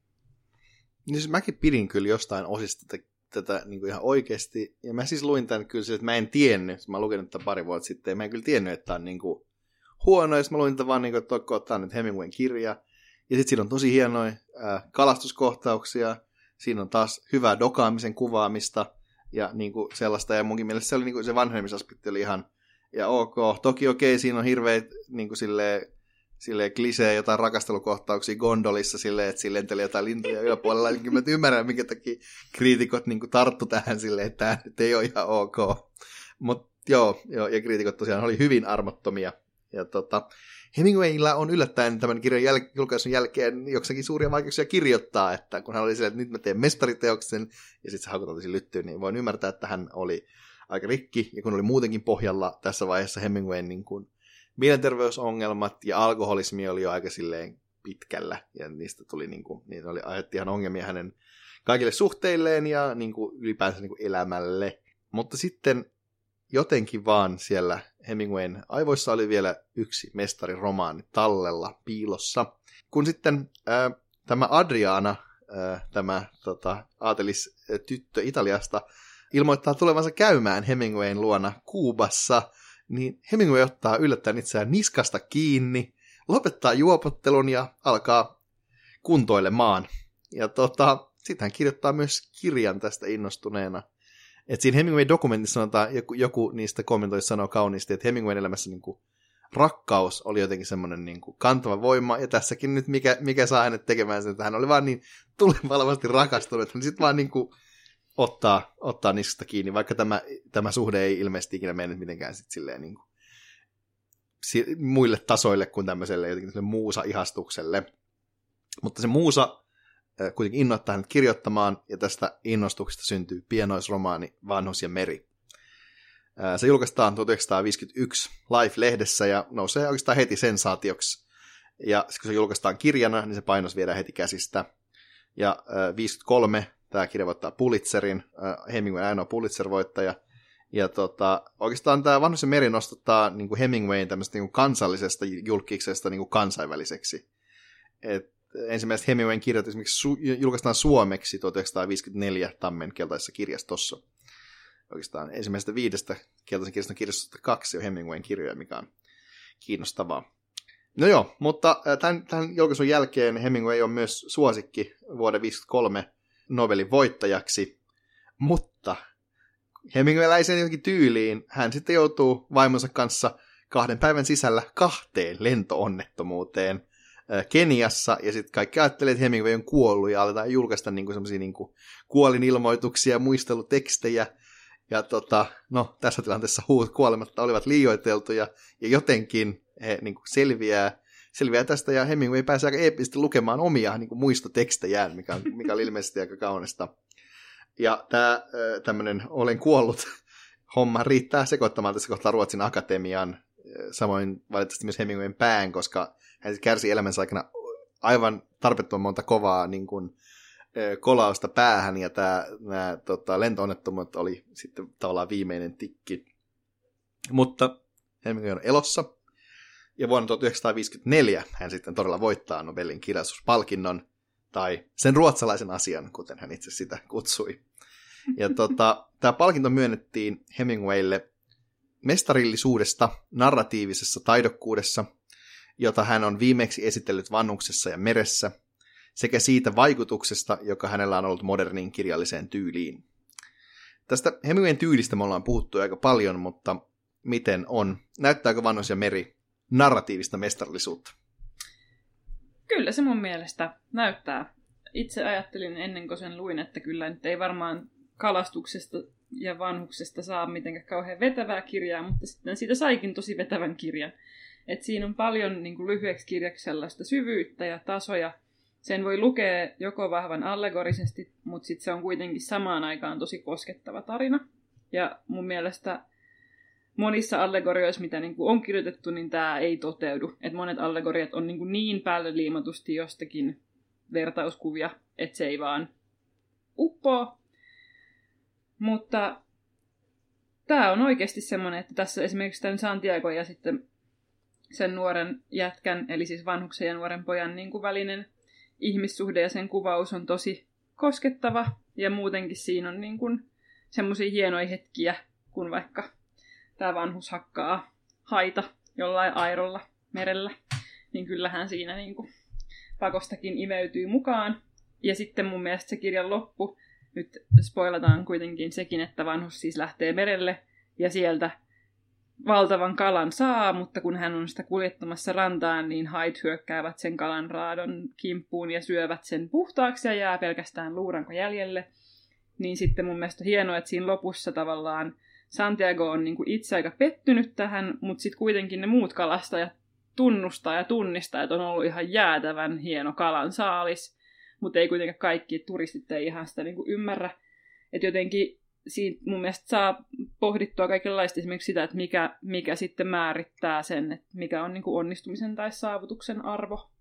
Niin siis mäkin pidin kyllä jostain osista tätä, tätä niin kuin ihan oikeasti, ja mä siis luin tämän kyllä, että mä en tiennyt, mä lukenut tätä pari vuotta sitten, ja mä en kyllä tiennyt, että tämä on niin kuin huono, ja mä luin tätä vaan niin kuin, että tämä on nyt Hemingwayn kirja, ja sitten siinä on tosi hienoja ää, kalastuskohtauksia, siinä on taas hyvää dokaamisen kuvaamista, ja niin kuin sellaista, ja munkin mielestä se, oli, niin kuin, se vanhemmisaspekti oli ihan, ja ok, toki okei, siinä on hirveät niin kuin silleen, silleen klisee jotain rakastelukohtauksia gondolissa silleen, että siinä lentelee jotain lintuja yläpuolella. Eli mä ymmärrän, minkä takia kriitikot niin kuin tarttu tähän silleen, että tämä nyt ei ole ihan ok. Mutta joo, joo, ja kriitikot tosiaan oli hyvin armottomia. Ja tota, Hemingwaylla on yllättäen tämän kirjan jäl- julkaisun jälkeen joksakin suuria vaikeuksia kirjoittaa, että kun hän oli silleen, että nyt mä teen mestariteoksen, ja sitten se hakutaan tosi lyttyyn, niin voin ymmärtää, että hän oli aika rikki, ja kun oli muutenkin pohjalla tässä vaiheessa Hemingwayn niin kuin mielenterveysongelmat ja alkoholismi oli jo aika silleen pitkällä, ja niistä tuli niin kuin, niin oli aiheutti ihan ongelmia hänen kaikille suhteilleen ja niin kuin ylipäänsä niin kuin elämälle. Mutta sitten jotenkin vaan siellä Hemingwayn aivoissa oli vielä yksi mestariromaani tallella piilossa. Kun sitten ää, tämä Adriana, ää, tämä tota, aatelistyttö Italiasta, ilmoittaa tulevansa käymään Hemingwayn luona Kuubassa, niin Hemingway ottaa yllättäen itseään niskasta kiinni, lopettaa juopottelun ja alkaa kuntoilemaan. Ja tota, sitten hän kirjoittaa myös kirjan tästä innostuneena. Et siinä Hemingway-dokumentissa sanotaan, joku, joku niistä kommentoista sanoo kauniisti, että Hemingwayn elämässä niin kuin, rakkaus oli jotenkin semmoinen niin kuin, kantava voima, ja tässäkin nyt mikä, mikä saa hänet tekemään sen, että hän oli vaan niin tulenvalvasti rakastunut, että hän sitten vaan niin kuin, ottaa, ottaa niskasta kiinni, vaikka tämä, tämä suhde ei ilmeisesti ikinä mennyt mitenkään sit silleen niin kuin, si- muille tasoille kuin tämmöiselle jotenkin muusa-ihastukselle. Mutta se muusa äh, kuitenkin innoittaa hänet kirjoittamaan, ja tästä innostuksesta syntyy pienoisromaani Vanhus ja meri. Äh, se julkaistaan tuhatyhdeksänsataaviisikymmentäyksi Life-lehdessä ja nousee oikeastaan heti sensaatioksi. Ja kun se julkaistaan kirjana, niin se painos viedään heti käsistä. Ja äh, viisikymmentäkolme tämä kirja voittaa Pulitzerin, äh, Hemingway ainoa Pulitzer-voittaja. Ja tota, oikeastaan tämä Vanhus ja meri nostattaa niin kuin Hemingwayn tämmöistä niin kuin kansallisesta julkiksesta niin kuin kansainväliseksi. Et ensimmäiset Hemingwayn kirjat esimerkiksi su- julkaistaan suomeksi tuhatyhdeksänsataaviisikymmentäneljä Tammen keltaisessa kirjastossa. Oikeastaan ensimmäisestä viidestä keltaisen kirjaston kirjastosta kaksi on Hemingwayn kirjoja, mikä on kiinnostavaa. No joo, mutta tämän, tämän julkaisun jälkeen Hemingway on myös suosikki vuoden viisikymmentäkolme Nobelin voittajaksi, mutta hemingwayläisen jotenkin tyyliin hän sitten joutuu vaimonsa kanssa kahden päivän sisällä kahteen lentoonnettomuuteen Keniassa, ja sitten kaikki ajattelee, että Hemingway on kuollut, ja aletaan julkaista niinku semmoisia niinku kuolinilmoituksia ja muistelutekstejä, ja tota, no, tässä tilanteessa huut kuolematta olivat liioiteltuja, ja jotenkin he niinku selviää, selviää tästä, ja Hemingway pääsee aika eeppisesti lukemaan omia niinku muistotekstejään, mikä, on, mikä oli ilmeisesti aika kaunista. Ja tämä tämmöinen olen kuollut homma riittää sekoittamaan tässä kohtaa Ruotsin Akatemian, samoin valitettavasti myös Hemingwayn pään, koska hän kärsi elämänsä aikana aivan tarpeettoman monta kovaa niin kuin, kolausta päähän, ja tämä, nämä tota, lento-onnettomuudet oli sitten tavallaan viimeinen tikki. Mutta Hemingway on elossa, ja vuonna tuhatyhdeksänsataaviisikymmentäneljä hän sitten todella voittaa Nobelin kirjallisuuspalkinnon, tai sen ruotsalaisen asian, kuten hän itse sitä kutsui. Ja tota, tämä palkinto myönnettiin Hemingwaylle mestarillisuudesta narratiivisessa taidokkuudessa, jota hän on viimeksi esitellyt Vanhuksessa ja meressä, sekä siitä vaikutuksesta, joka hänellä on ollut moderniin kirjalliseen tyyliin. Tästä Hemingwayn tyylistä me ollaan puhuttu aika paljon, mutta miten on? Näyttääkö Vanhus ja meri narratiivista mestarallisuutta? Kyllä se mun mielestä näyttää. Itse ajattelin ennen kuin sen luin, että kyllä nyt ei varmaan kalastuksesta ja vanhuksesta saa mitenkään kauhean vetävää kirjaa, mutta sitten siitä saikin tosi vetävän kirjan. Et siinä on paljon niin kuin lyhyeksi kirjaksi sellaista syvyyttä ja tasoja sen voi lukea joko vahvan allegorisesti, mutta sitten se on kuitenkin samaan aikaan tosi koskettava tarina. Ja mun mielestä monissa allegorioissa, mitä niin kuin on kirjoitettu, niin tämä ei toteudu. Et monet allegoriat on niin, kuin niin päälle liimatusti jostakin vertauskuvia, että se ei vaan uppoo. Mutta tämä on oikeasti semmoinen, että tässä esimerkiksi tämän Santiago ja sitten sen nuoren jätkän, eli siis vanhuksen ja nuoren pojan niin kuin välinen ihmissuhde ja sen kuvaus on tosi koskettava. Ja muutenkin siinä on niin kuin semmoisia hienoja hetkiä, kun vaikka tämä vanhus hakkaa haita jollain airolla merellä, niin kyllähän siinä niin kuin pakostakin imeytyy mukaan. Ja sitten mun mielestä se kirjan loppu, nyt spoilataan kuitenkin sekin, että vanhus siis lähtee merelle ja sieltä valtavan kalan saa, mutta kun hän on sitä kuljettamassa rantaan, niin hait hyökkäävät sen kalan raadon kimppuun ja syövät sen puhtaaksi ja jää pelkästään luuranko jäljelle. Niin sitten mun mielestä on hienoa, että siinä lopussa tavallaan Santiago on niin kuin itse aika pettynyt tähän, mutta sitten kuitenkin ne muut kalastajat tunnustaa ja tunnistaa, että on ollut ihan jäätävän hieno kalan saalis, mutta ei kuitenkaan kaikki turistit ei ihan sitä niin kuin ymmärrä. Että jotenkin siitä mun mielestä saa pohdittua kaikenlaista esimerkiksi sitä, että mikä, mikä sitten määrittää sen, että mikä on niin kuin onnistumisen tai saavutuksen arvo.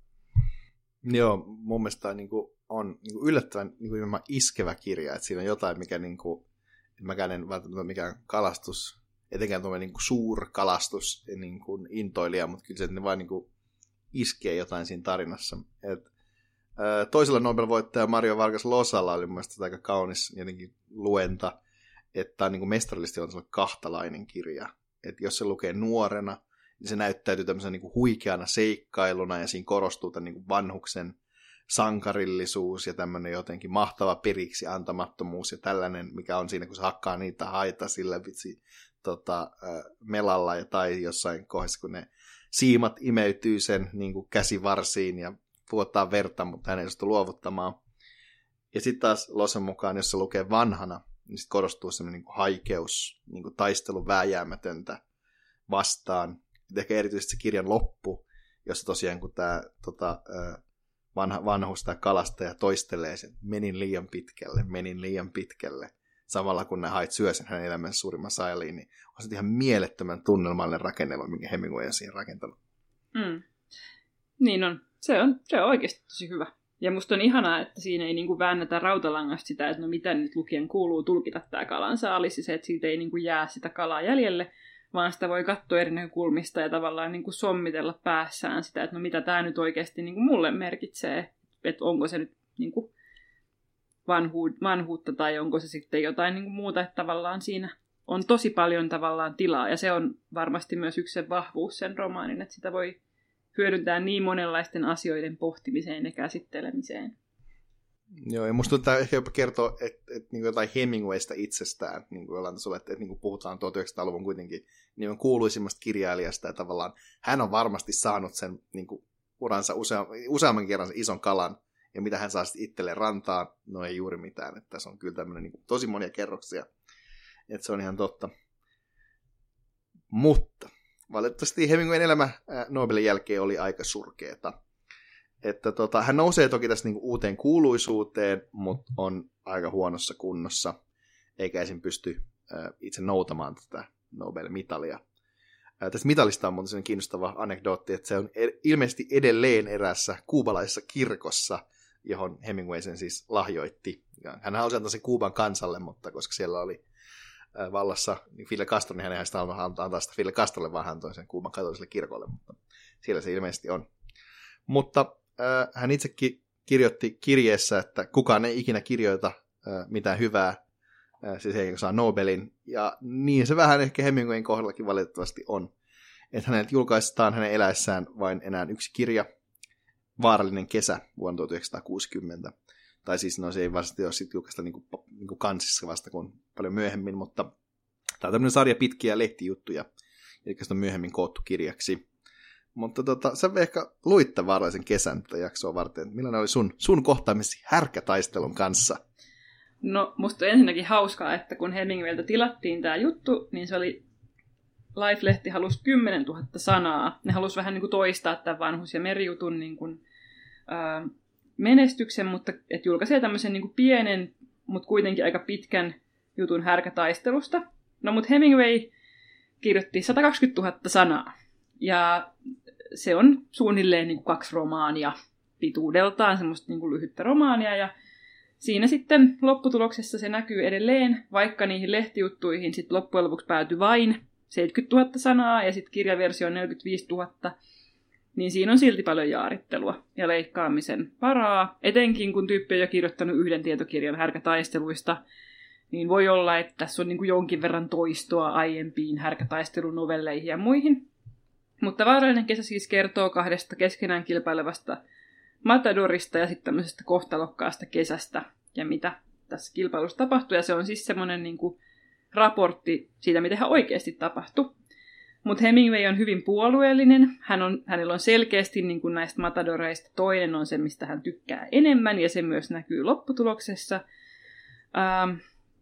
Joo, mun mielestä on, niin kuin, on niin kuin yllättävän niin kuin iskevä kirja, että siinä on jotain, mikä niin kuin, mäkään en välttämättä mikään kalastus, etenkään tuollainen niin suurkalastus niin kuin intoilija, mutta kyllä se, että ne vain niin kuin iskee jotain siinä tarinassa. Et, ää, toisella Nobel-voittaja Mario Vargas Llosalla oli mun mielestä aika kaunis jotenkin luenta, että niin kuin mestarillisesti on sellainen kahtalainen kirja. Että jos se lukee nuorena, niin se näyttäytyy tämmöisen niin kuin huikeana seikkailuna, ja siinä korostuu tämän niin kuin vanhuksen sankarillisuus ja tämmöinen jotenkin mahtava periksi antamattomuus ja tällainen, mikä on siinä, kun se hakkaa niitä haita sillä vitsi tota, melalla ja tai jossain kohdassa, kun ne siimat imeytyy sen niin kuin käsivarsiin ja vuottaa verta, mutta hän ei suostu luovuttamaan. Ja sitten taas Losen mukaan, jos se lukee vanhana, niin sitten korostuu semmoinen niin kuin haikeus, niin kuin taistelun vääjäämätöntä vastaan. Et ehkä erityisesti se kirjan loppu, jossa tosiaan kun tämä tota, vanha, vanhus tai kalastaja toistelee sen, menin liian pitkälle, menin liian pitkälle, samalla kun ne hait syö sen hänen elämänsä suurimman sailiin, niin on se ihan mielettömän tunnelmallinen rakennelma, minkä Hemingway on siihen rakentanut. Mm. Niin on. Se on, se on oikeasti tosi hyvä. Ja musta on ihanaa, että siinä ei niinku väännetä rautalangasta sitä, että no mitä nyt lukijan kuuluu tulkita tämä kalan saalis, ja se, että siitä ei niinku jää sitä kalaa jäljelle, vaan sitä voi katsoa eri näkökulmista ja tavallaan niinku sommitella päässään sitä, että no mitä tämä nyt oikeasti niinku mulle merkitsee, että onko se nyt niinku vanhu- vanhuutta tai onko se sitten jotain niinku muuta, että tavallaan siinä on tosi paljon tavallaan tilaa, ja se on varmasti myös yksi se vahvuus sen romaanin, että sitä voi hyödyntää niin monenlaisten asioiden pohtimiseen ja käsittelemiseen. Joo, ja musta tuntuu, että ehkä jopa kertoo, että, että niin jotain Hemingwaysta itsestään, niin kuin jollain tasolla, että, että niin kuin puhutaan tuhatyhdeksänsataaluvun kuitenkin niin kuuluisimmasta kirjailijasta, ja tavallaan hän on varmasti saanut sen niin kuin uransa usea, useamman kerran sen ison kalan, ja mitä hän saa sitten itselleen rantaan, no ei juuri mitään, että tässä on kyllä tämmöinen niin kuin, tosi monia kerroksia, että se on ihan totta. Mutta valitettavasti Hemingwayn elämä Nobelin jälkeen oli aika surkeeta. Että tota, hän nousee toki tässä niinku uuteen kuuluisuuteen, mutta on aika huonossa kunnossa, eikä esim. Pysty ä, itse noutamaan tätä Nobel-mitalia. Ä, tästä mitalista on muuten sellainen kiinnostava anekdootti, että se on e- ilmeisesti edelleen erässä kuubalaisessa kirkossa, johon Hemingway sen siis lahjoitti. Ja hän halusi antaa sen Kuuban kansalle, mutta koska siellä oli ä, vallassa niin Fidel Castro, niin hän ei sitä halunnut antaa sitä Fidel Castrolle, vaan hän toi sen Kuuban katoliselle kirkolle, mutta siellä se ilmeisesti on. Mutta äh, hän itsekin kirjoitti kirjeessä, että kukaan ei ikinä kirjoita äh, mitään hyvää, äh, siis ei saa Nobelin, ja niin se vähän ehkä Hemingwayn kohdallakin valitettavasti on. Että häneltä julkaistaan hänen eläessään vain enää yksi kirja, Vaarallinen kesä vuonna tuhatyhdeksänsataakuusikymmentä. Tai siis no se ei varsinaisesti ole sitten julkaista niinku, niinku kansissa vasta kuin paljon myöhemmin, mutta tämä on tämmöinen sarja pitkiä lehtijuttuja, jotka on myöhemmin koottu kirjaksi. Mutta tota, sä ehkä luit tämän Vaarallisen kesän tätä jaksoa varten. Millainen oli sun, sun kohtaamisi härkätaistelun kanssa? No, musta on ensinnäkin hauskaa, että kun Hemingwayltä tilattiin tämä juttu, niin se oli Life-lehti halusi kymmenentuhatta sanaa. Ne halusi vähän niin kuin toistaa tämän vanhus- ja merijutun niin kuin, ää, menestyksen, mutta että julkaisee tämmöisen niin kuin pienen, mutta kuitenkin aika pitkän jutun härkätaistelusta. No mutta Hemingway kirjoitti sata kaksikymmentätuhatta sanaa. Ja se on suunnilleen niin kuin kaksi romaania pituudeltaan, semmoista niin kuin lyhyttä romaania. Ja siinä sitten lopputuloksessa se näkyy edelleen, vaikka niihin lehtijuttuihin sitten loppujen lopuksi päätyi vain seitsemänkymmentätuhatta sanaa ja sitten kirjaversio on neljäkymmentäviisituhatta. Niin siinä on silti paljon jaarittelua ja leikkaamisen varaa. Etenkin kun tyyppi on jo kirjoittanut yhden tietokirjan härkätaisteluista, niin voi olla, että tässä on niin kuin jonkin verran toistoa aiempiin härkätaistelunovelleihin ja muihin. Mutta Vaarallinen kesä siis kertoo kahdesta keskenään kilpailevasta matadorista ja sitten tämmöisestä kohtalokkaasta kesästä ja mitä tässä kilpailussa tapahtuu. Ja se on siis semmoinen niin kuin raportti siitä, mitä ihan oikeasti tapahtui. Mutta Hemingway on hyvin puolueellinen. Hän on, hänellä on selkeästi niin kuin näistä matadoreista toinen on se, mistä hän tykkää enemmän, ja se myös näkyy lopputuloksessa. Ähm,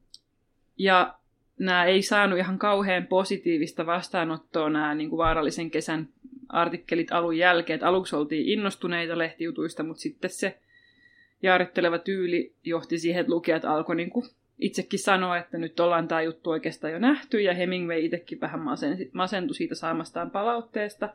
ja nämä ei saanut ihan kauhean positiivista vastaanottoa, nämä niin kuin Vaarallisen kesän artikkelit alun jälkeen. Et aluksi oltiin innostuneita lehtijutuista, mutta sitten se jaaritteleva tyyli johti siihen, että lukijat alkoi niin kuin itsekin sanoa, että nyt ollaan tämä juttu oikeastaan jo nähty, ja Hemingway itsekin vähän masentui siitä saamastaan palautteesta.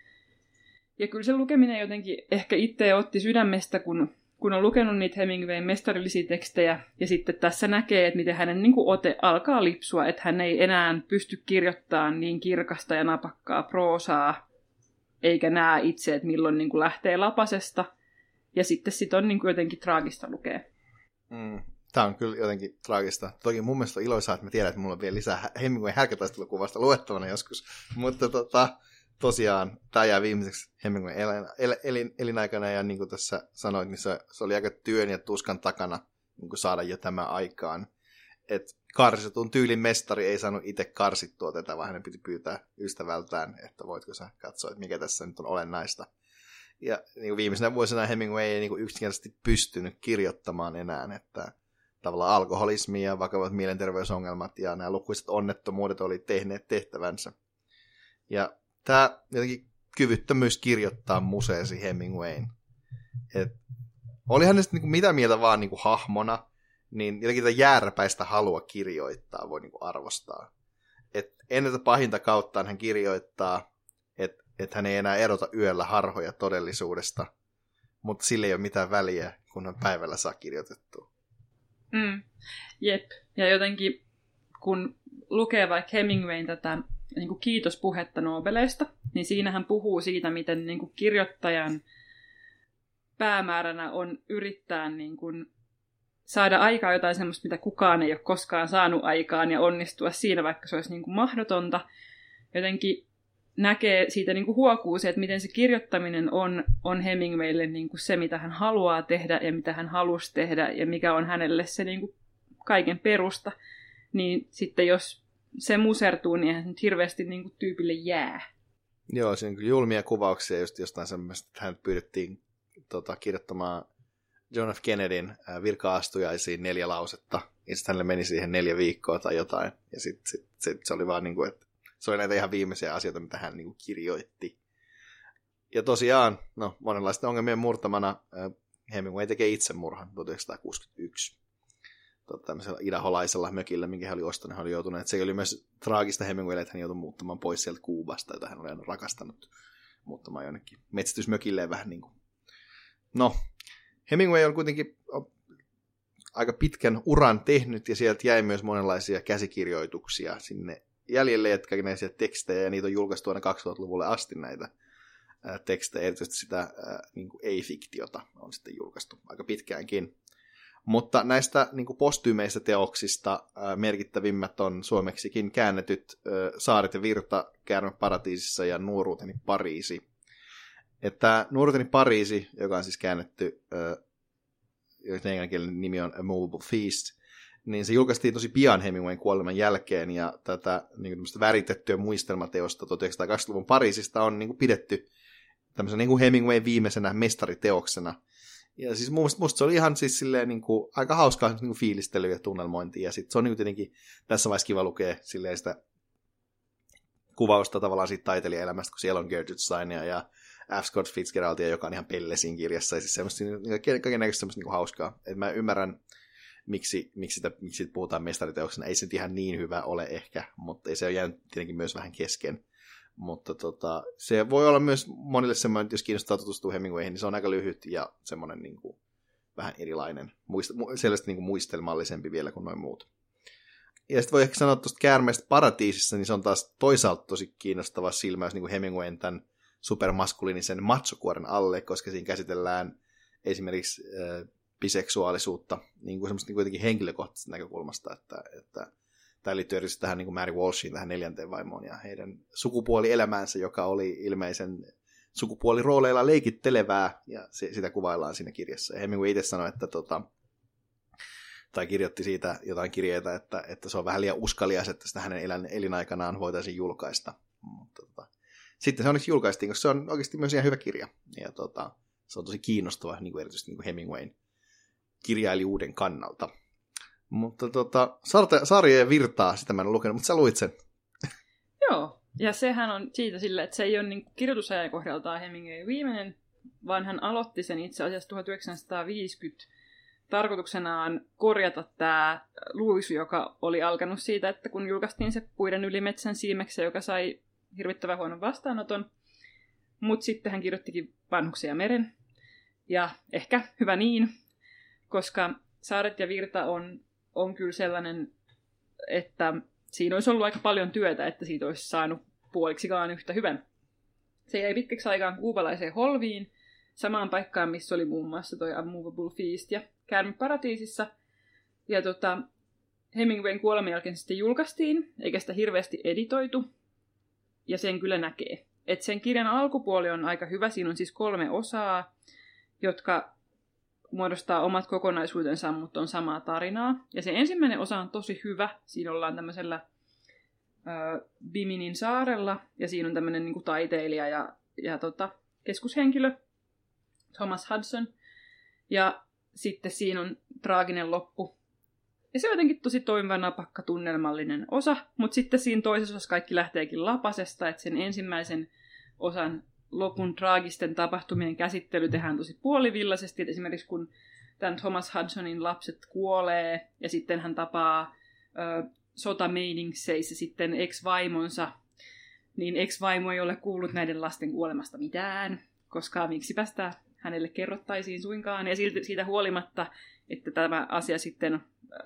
Ja kyllä se lukeminen jotenkin ehkä itse otti sydämestä, kun, kun on lukenut niitä Hemingwayn mestarillisia tekstejä, ja sitten tässä näkee, että miten hänen niin kuin ote alkaa lipsua, että hän ei enää pysty kirjoittamaan niin kirkasta ja napakkaa proosaa, eikä näe itse, että milloin niin kuin lähtee lapasesta, ja sitten sit on niin kuin jotenkin traagista lukea. Mm. Tämä on kyllä jotenkin traagista. Toki mun mielestä on iloisaa, että mä tiedän, että mulla on vielä lisää Hemingwayn härkätaistelukuvasta luettavana joskus. Mutta tota, tosiaan tämä jää viimeiseksi Hemingwayn elin, elin, elinaikana. Ja niin kuin tässä sanoit, niin se, se oli aika työn ja tuskan takana niin kuin saada jo tämä aikaan. Että karsitun tyylin mestari ei saanut itse karsittua tätä, vaan hänen piti pyytää ystävältään, että voitko sä katsoa, että mikä tässä nyt on olennaista. Ja niin kuin viimeisenä vuosina Hemingway ei niin kuin yksinkertaisesti pystynyt kirjoittamaan enää, että tavallaan alkoholismi ja vakavat mielenterveysongelmat ja nämä lukuiset onnettomuudet oli tehneet tehtävänsä. Ja tämä jotenkin kyvyttömyys kirjoittaa museesi Hemingwayn. Et olihan ne sitten niinku mitä mieltä vaan niinku hahmona, niin jotenkin tätä jääräpäistä halua kirjoittaa voi niinku arvostaa. Et ennen tätä pahinta kauttaan hän kirjoittaa, että et hän ei enää erota yöllä harhoja todellisuudesta, mutta sillä ei ole mitään väliä, kun hän päivällä saa kirjoitettua. Mm. Jep. Ja jotenkin, kun lukee vaikka Hemingwayn tätä niin kuin kiitospuhetta Nobeleista, niin siinä hän puhuu siitä, miten niin kuin kirjoittajan päämääränä on yrittää niin kuin saada aikaa jotain semmoista, mitä kukaan ei ole koskaan saanut aikaan, ja onnistua siinä, vaikka se olisi niin kuin mahdotonta. Jotenkin näkee siitä niin kuin huokuu se, että miten se kirjoittaminen on, on Hemingwaylle niin kuin se, mitä hän haluaa tehdä ja mitä hän halusi tehdä ja mikä on hänelle se niin kuin kaiken perusta. Niin sitten jos se musertuu, niin eihän se nyt hirveästi niin kuin tyypille jää. Joo, siinä on kyllä julmia kuvauksia just jostain semmoista, että hän pyydettiin tota, kirjoittamaan John F. Kennedyn äh, virka-astujaisiin neljä lausetta, ja sitten hänelle meni siihen neljä viikkoa tai jotain, ja sitten sit, sit, se oli vaan niin kuin, että se oli näitä ihan viimeisiä asioita, mitä hän niin kuin kirjoitti. Ja tosiaan, no monenlaisten ongelmien murtamana äh, Hemingway tekee itsemurhan tuhatyhdeksänsataakuusikymmentäyksi. Tota, tämmöisellä idaholaisella mökillä, minkä hän oli ostanut, hän oli joutunut. Se oli myös traagista Hemingwaylle, että hän joutui muuttamaan pois sieltä Kuubasta, jota hän oli aina rakastanut muuttamaan jonnekin metsästysmökilleen vähän niin kuin. No, Hemingway on kuitenkin aika pitkän uran tehnyt, ja sieltä jäi myös monenlaisia käsikirjoituksia sinne jäljelle, jotka näisiä tekstejä, ja niitä on julkaistu aina kaksituhattaluvulle asti näitä ää, tekstejä, erityisesti sitä ää, niin kuin ei-fiktiota on sitten julkaistu aika pitkäänkin. Mutta näistä niin kuin postyymeistä teoksista ää, merkittävimmät on suomeksikin käännetyt ää, Saaret ja virta, Käärme paratiisissa ja Nuoruuteni Pariisi. Että Nuoruuteni Pariisi, joka on siis käännetty, joiden englanninkielinen nimi on A Movable Feast, niin se julkaistiin tosi pian Hemingwayn kuoleman jälkeen, ja tätä niin kuin väritettyä muistelmateosta tuhatyhdeksänsataakaksikymmentäluvun Pariisista on niin kuin pidetty tämmöisen niin kuin Hemingwayn viimeisenä mestariteoksena. Ja siis musta, musta se oli ihan siis silleen niin kuin, aika hauskaa niin kuin fiilistelyä ja tunnelmointia, ja sitten se on niin kuin tietenkin tässä vaiheessa kiva lukea silleen sitä kuvausta tavallaan siitä taiteilijaelämästä, kun siellä on Gertrude Steinia ja F. Scott Fitzgeraldia, joka on ihan pellesin kirjassa, ja siis semmoista kaikennäköistä semmoista niin hauskaa. Et mä ymmärrän, miksi, miksi, sitä, miksi sitä puhutaan mestariteoksena. Ei se nyt ihan niin hyvä ole ehkä, mutta se on jäänyt tietenkin myös vähän kesken. Mutta tota, se voi olla myös monille semmoinen, jos kiinnostaa tutustua Hemingwayhin, niin se on aika lyhyt ja semmoinen niin kuin vähän erilainen, muist, selvästi niin kuin muistelmallisempi vielä kuin noin muut. Ja sitten voi ehkä sanoa tuosta Käärmeestä paratiisissa, niin se on taas toisaalta tosi kiinnostava silmäys niin kuin Hemingwayn tämän supermaskuliinisen machokuoren alle, koska siinä käsitellään esimerkiksi äh, biseksuaalisuutta niin kuin semmoista niin kuitenkin henkilökohtaisesta näkökulmasta, että, että tämä liittyy erityisesti tähän niin kuin Mary Walshiin, tähän neljänteen vaimoon ja heidän sukupuolielämäänsä, joka oli ilmeisen sukupuolirooleilla leikittelevää, ja se, sitä kuvaillaan siinä kirjassa. Ja Hemingway itse sanoi, että tota, tai kirjoitti siitä jotain kirjeitä, että, että se on vähän liian uskalias, että sitä hänen elin, elinaikanaan voitaisiin julkaista. Mutta, tota, sitten se onneksi julkaistiin, koska se on oikeasti myös ihan hyvä kirja. Ja tota, se on tosi kiinnostava, niin kuin erityisesti niin kuin Hemingwayn kirjailijuuden kannalta. Mutta tota, Sarjojen virtaa, sitä mä en ole lukenut, mutta sä luit sen. Joo, ja sehän on siitä sille, että se ei ole niin kirjoitusajan kohdaltaan Hemingwayn viimeinen, vaan hän aloitti sen itse asiassa tuhatyhdeksänsataaviisikymmentä tarkoituksenaan korjata tämä luisu, joka oli alkanut siitä, että kun julkaistiin se Puiden yli metsän siimeksi, joka sai hirvittävän huonon vastaanoton, mutta sitten hän kirjoittikin Vanhuksen ja meren, ja ehkä hyvä niin, koska Saaret ja virta on, on kyllä sellainen, että siinä olisi ollut aika paljon työtä, että siitä olisi saanut puoliksikaan yhtä hyvän. Se jäi pitkäksi aikaan kuupalaiseen Holviin, samaan paikkaan, missä oli muun muassa toi Unmovable Feast ja Käärme paratiisissa. Ja tota, Hemingwayn kuoleman jälkeen se sitten julkaistiin, eikä sitä hirveästi editoitu. Ja sen kyllä näkee. Et sen kirjan alkupuoli on aika hyvä. Siinä on siis kolme osaa, jotka muodostaa omat kokonaisuutensa, mutta on samaa tarinaa. Ja se ensimmäinen osa on tosi hyvä. Siinä ollaan tämmöisellä äh, Biminin saarella, ja siinä on tämmöinen niin kuin taiteilija ja, ja tota, keskushenkilö, Thomas Hudson. Ja sitten siinä on traaginen loppu. Ja se on jotenkin tosi toimiva, napakka, tunnelmallinen osa, mutta sitten siinä toisessa osassa kaikki lähteekin lapasesta, että sen ensimmäisen osan lopun traagisten tapahtumien käsittely tehdään tosi puolivillaisesti. Et esimerkiksi kun tämän Thomas Hudsonin lapset kuolee ja sitten hän tapaa ö, sotameiningseissä sitten ex-vaimonsa, niin ex-vaimo ei ole kuullut näiden lasten kuolemasta mitään, koska miksipä sitä hänelle kerrottaisiin suinkaan. Ja siitä huolimatta, että tämä asia sitten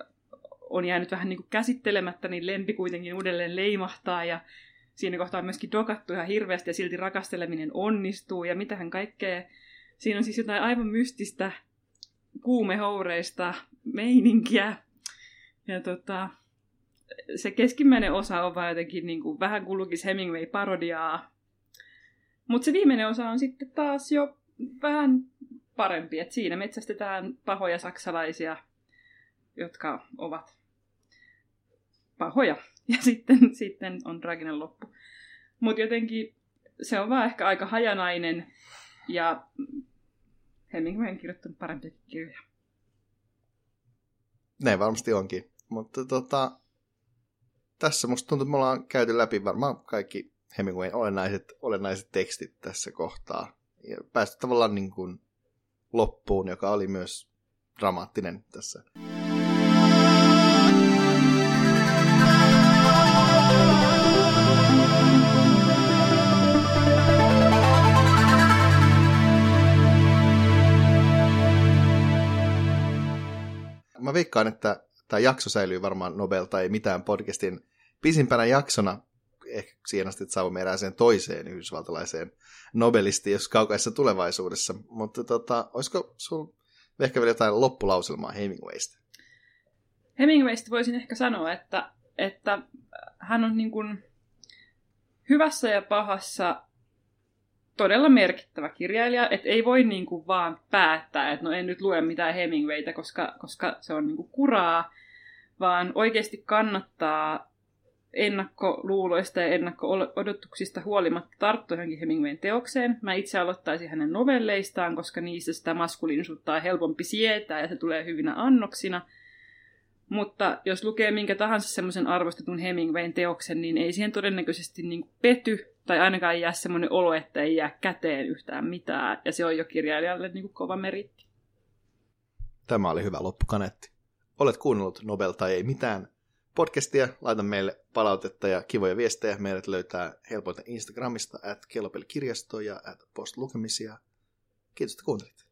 on jäänyt vähän niin kuin käsittelemättä, niin lempi kuitenkin uudelleen leimahtaa ja siinä kohtaa on myöskin dokattu ihan hirveästi ja silti rakasteleminen onnistuu ja mitähän kaikkea. Siinä on siis jotain aivan mystistä, kuumehoureista meininkiä. Ja tota, se keskimmäinen osa on vaan jotenkin niin kuin vähän kulukis Hemingway-parodiaa. Mutta se viimeinen osa on sitten taas jo vähän parempi. Et siinä metsästetään pahoja saksalaisia, jotka ovat pahoja. Ja sitten, sitten on traaginen loppu. Mutta jotenkin se on vaan ehkä aika hajanainen ja Hemingway on kirjoittanut parempia kirjoja. Näin varmasti onkin. Mutta tota, tässä musta tuntuu, että me ollaan käyty läpi varmaan kaikki Hemingwayn olennaiset, olennaiset tekstit tässä kohtaa. Ja päästy tavallaan niin kuin loppuun, joka oli myös dramaattinen tässä. Mä veikkaan, että tämä jakso säilyy varmaan Nobel tai mitään podcastin pisimpänä jaksona, ehkä siihen asti, että saavumme erääseen toiseen yhdysvaltalaiseen nobelistiin, jos kaukaisessa tulevaisuudessa. Mutta tota, olisiko sun ehkä vielä jotain loppulauselmaa Hemingwaysta? Hemingwaysta voisin ehkä sanoa, että, että hän on niin kuin hyvässä ja pahassa todella merkittävä kirjailija, että ei voi niin kuin vaan päättää, että no en nyt lue mitään Hemingwayta, koska, koska se on niin kuin kuraa, vaan oikeasti kannattaa ennakkoluuloista ja ennakko-odotuksista huolimatta tarttua johonkin Hemingwayn teokseen. Mä itse aloittaisin hänen novelleistaan, koska niissä sitä maskuliinisuutta on helpompi sietää ja se tulee hyvinä annoksina. Mutta jos lukee minkä tahansa semmoisen arvostetun Hemingwayn teoksen, niin ei siihen todennäköisesti niin kuin pety, tai ainakaan ei jää semmoinen olo, että ei jää käteen yhtään mitään, ja se on jo kirjailijalle niin kuin kova meritti. Tämä oli hyvä loppukaneetti. Olet kuunnellut Nobel tai ei mitään podcastia, laita meille palautetta ja kivoja viestejä. Meidät löytää helpoiten Instagramista at kellopellikirjasto ja at postlukemisia. Kiitos, että kuuntelit.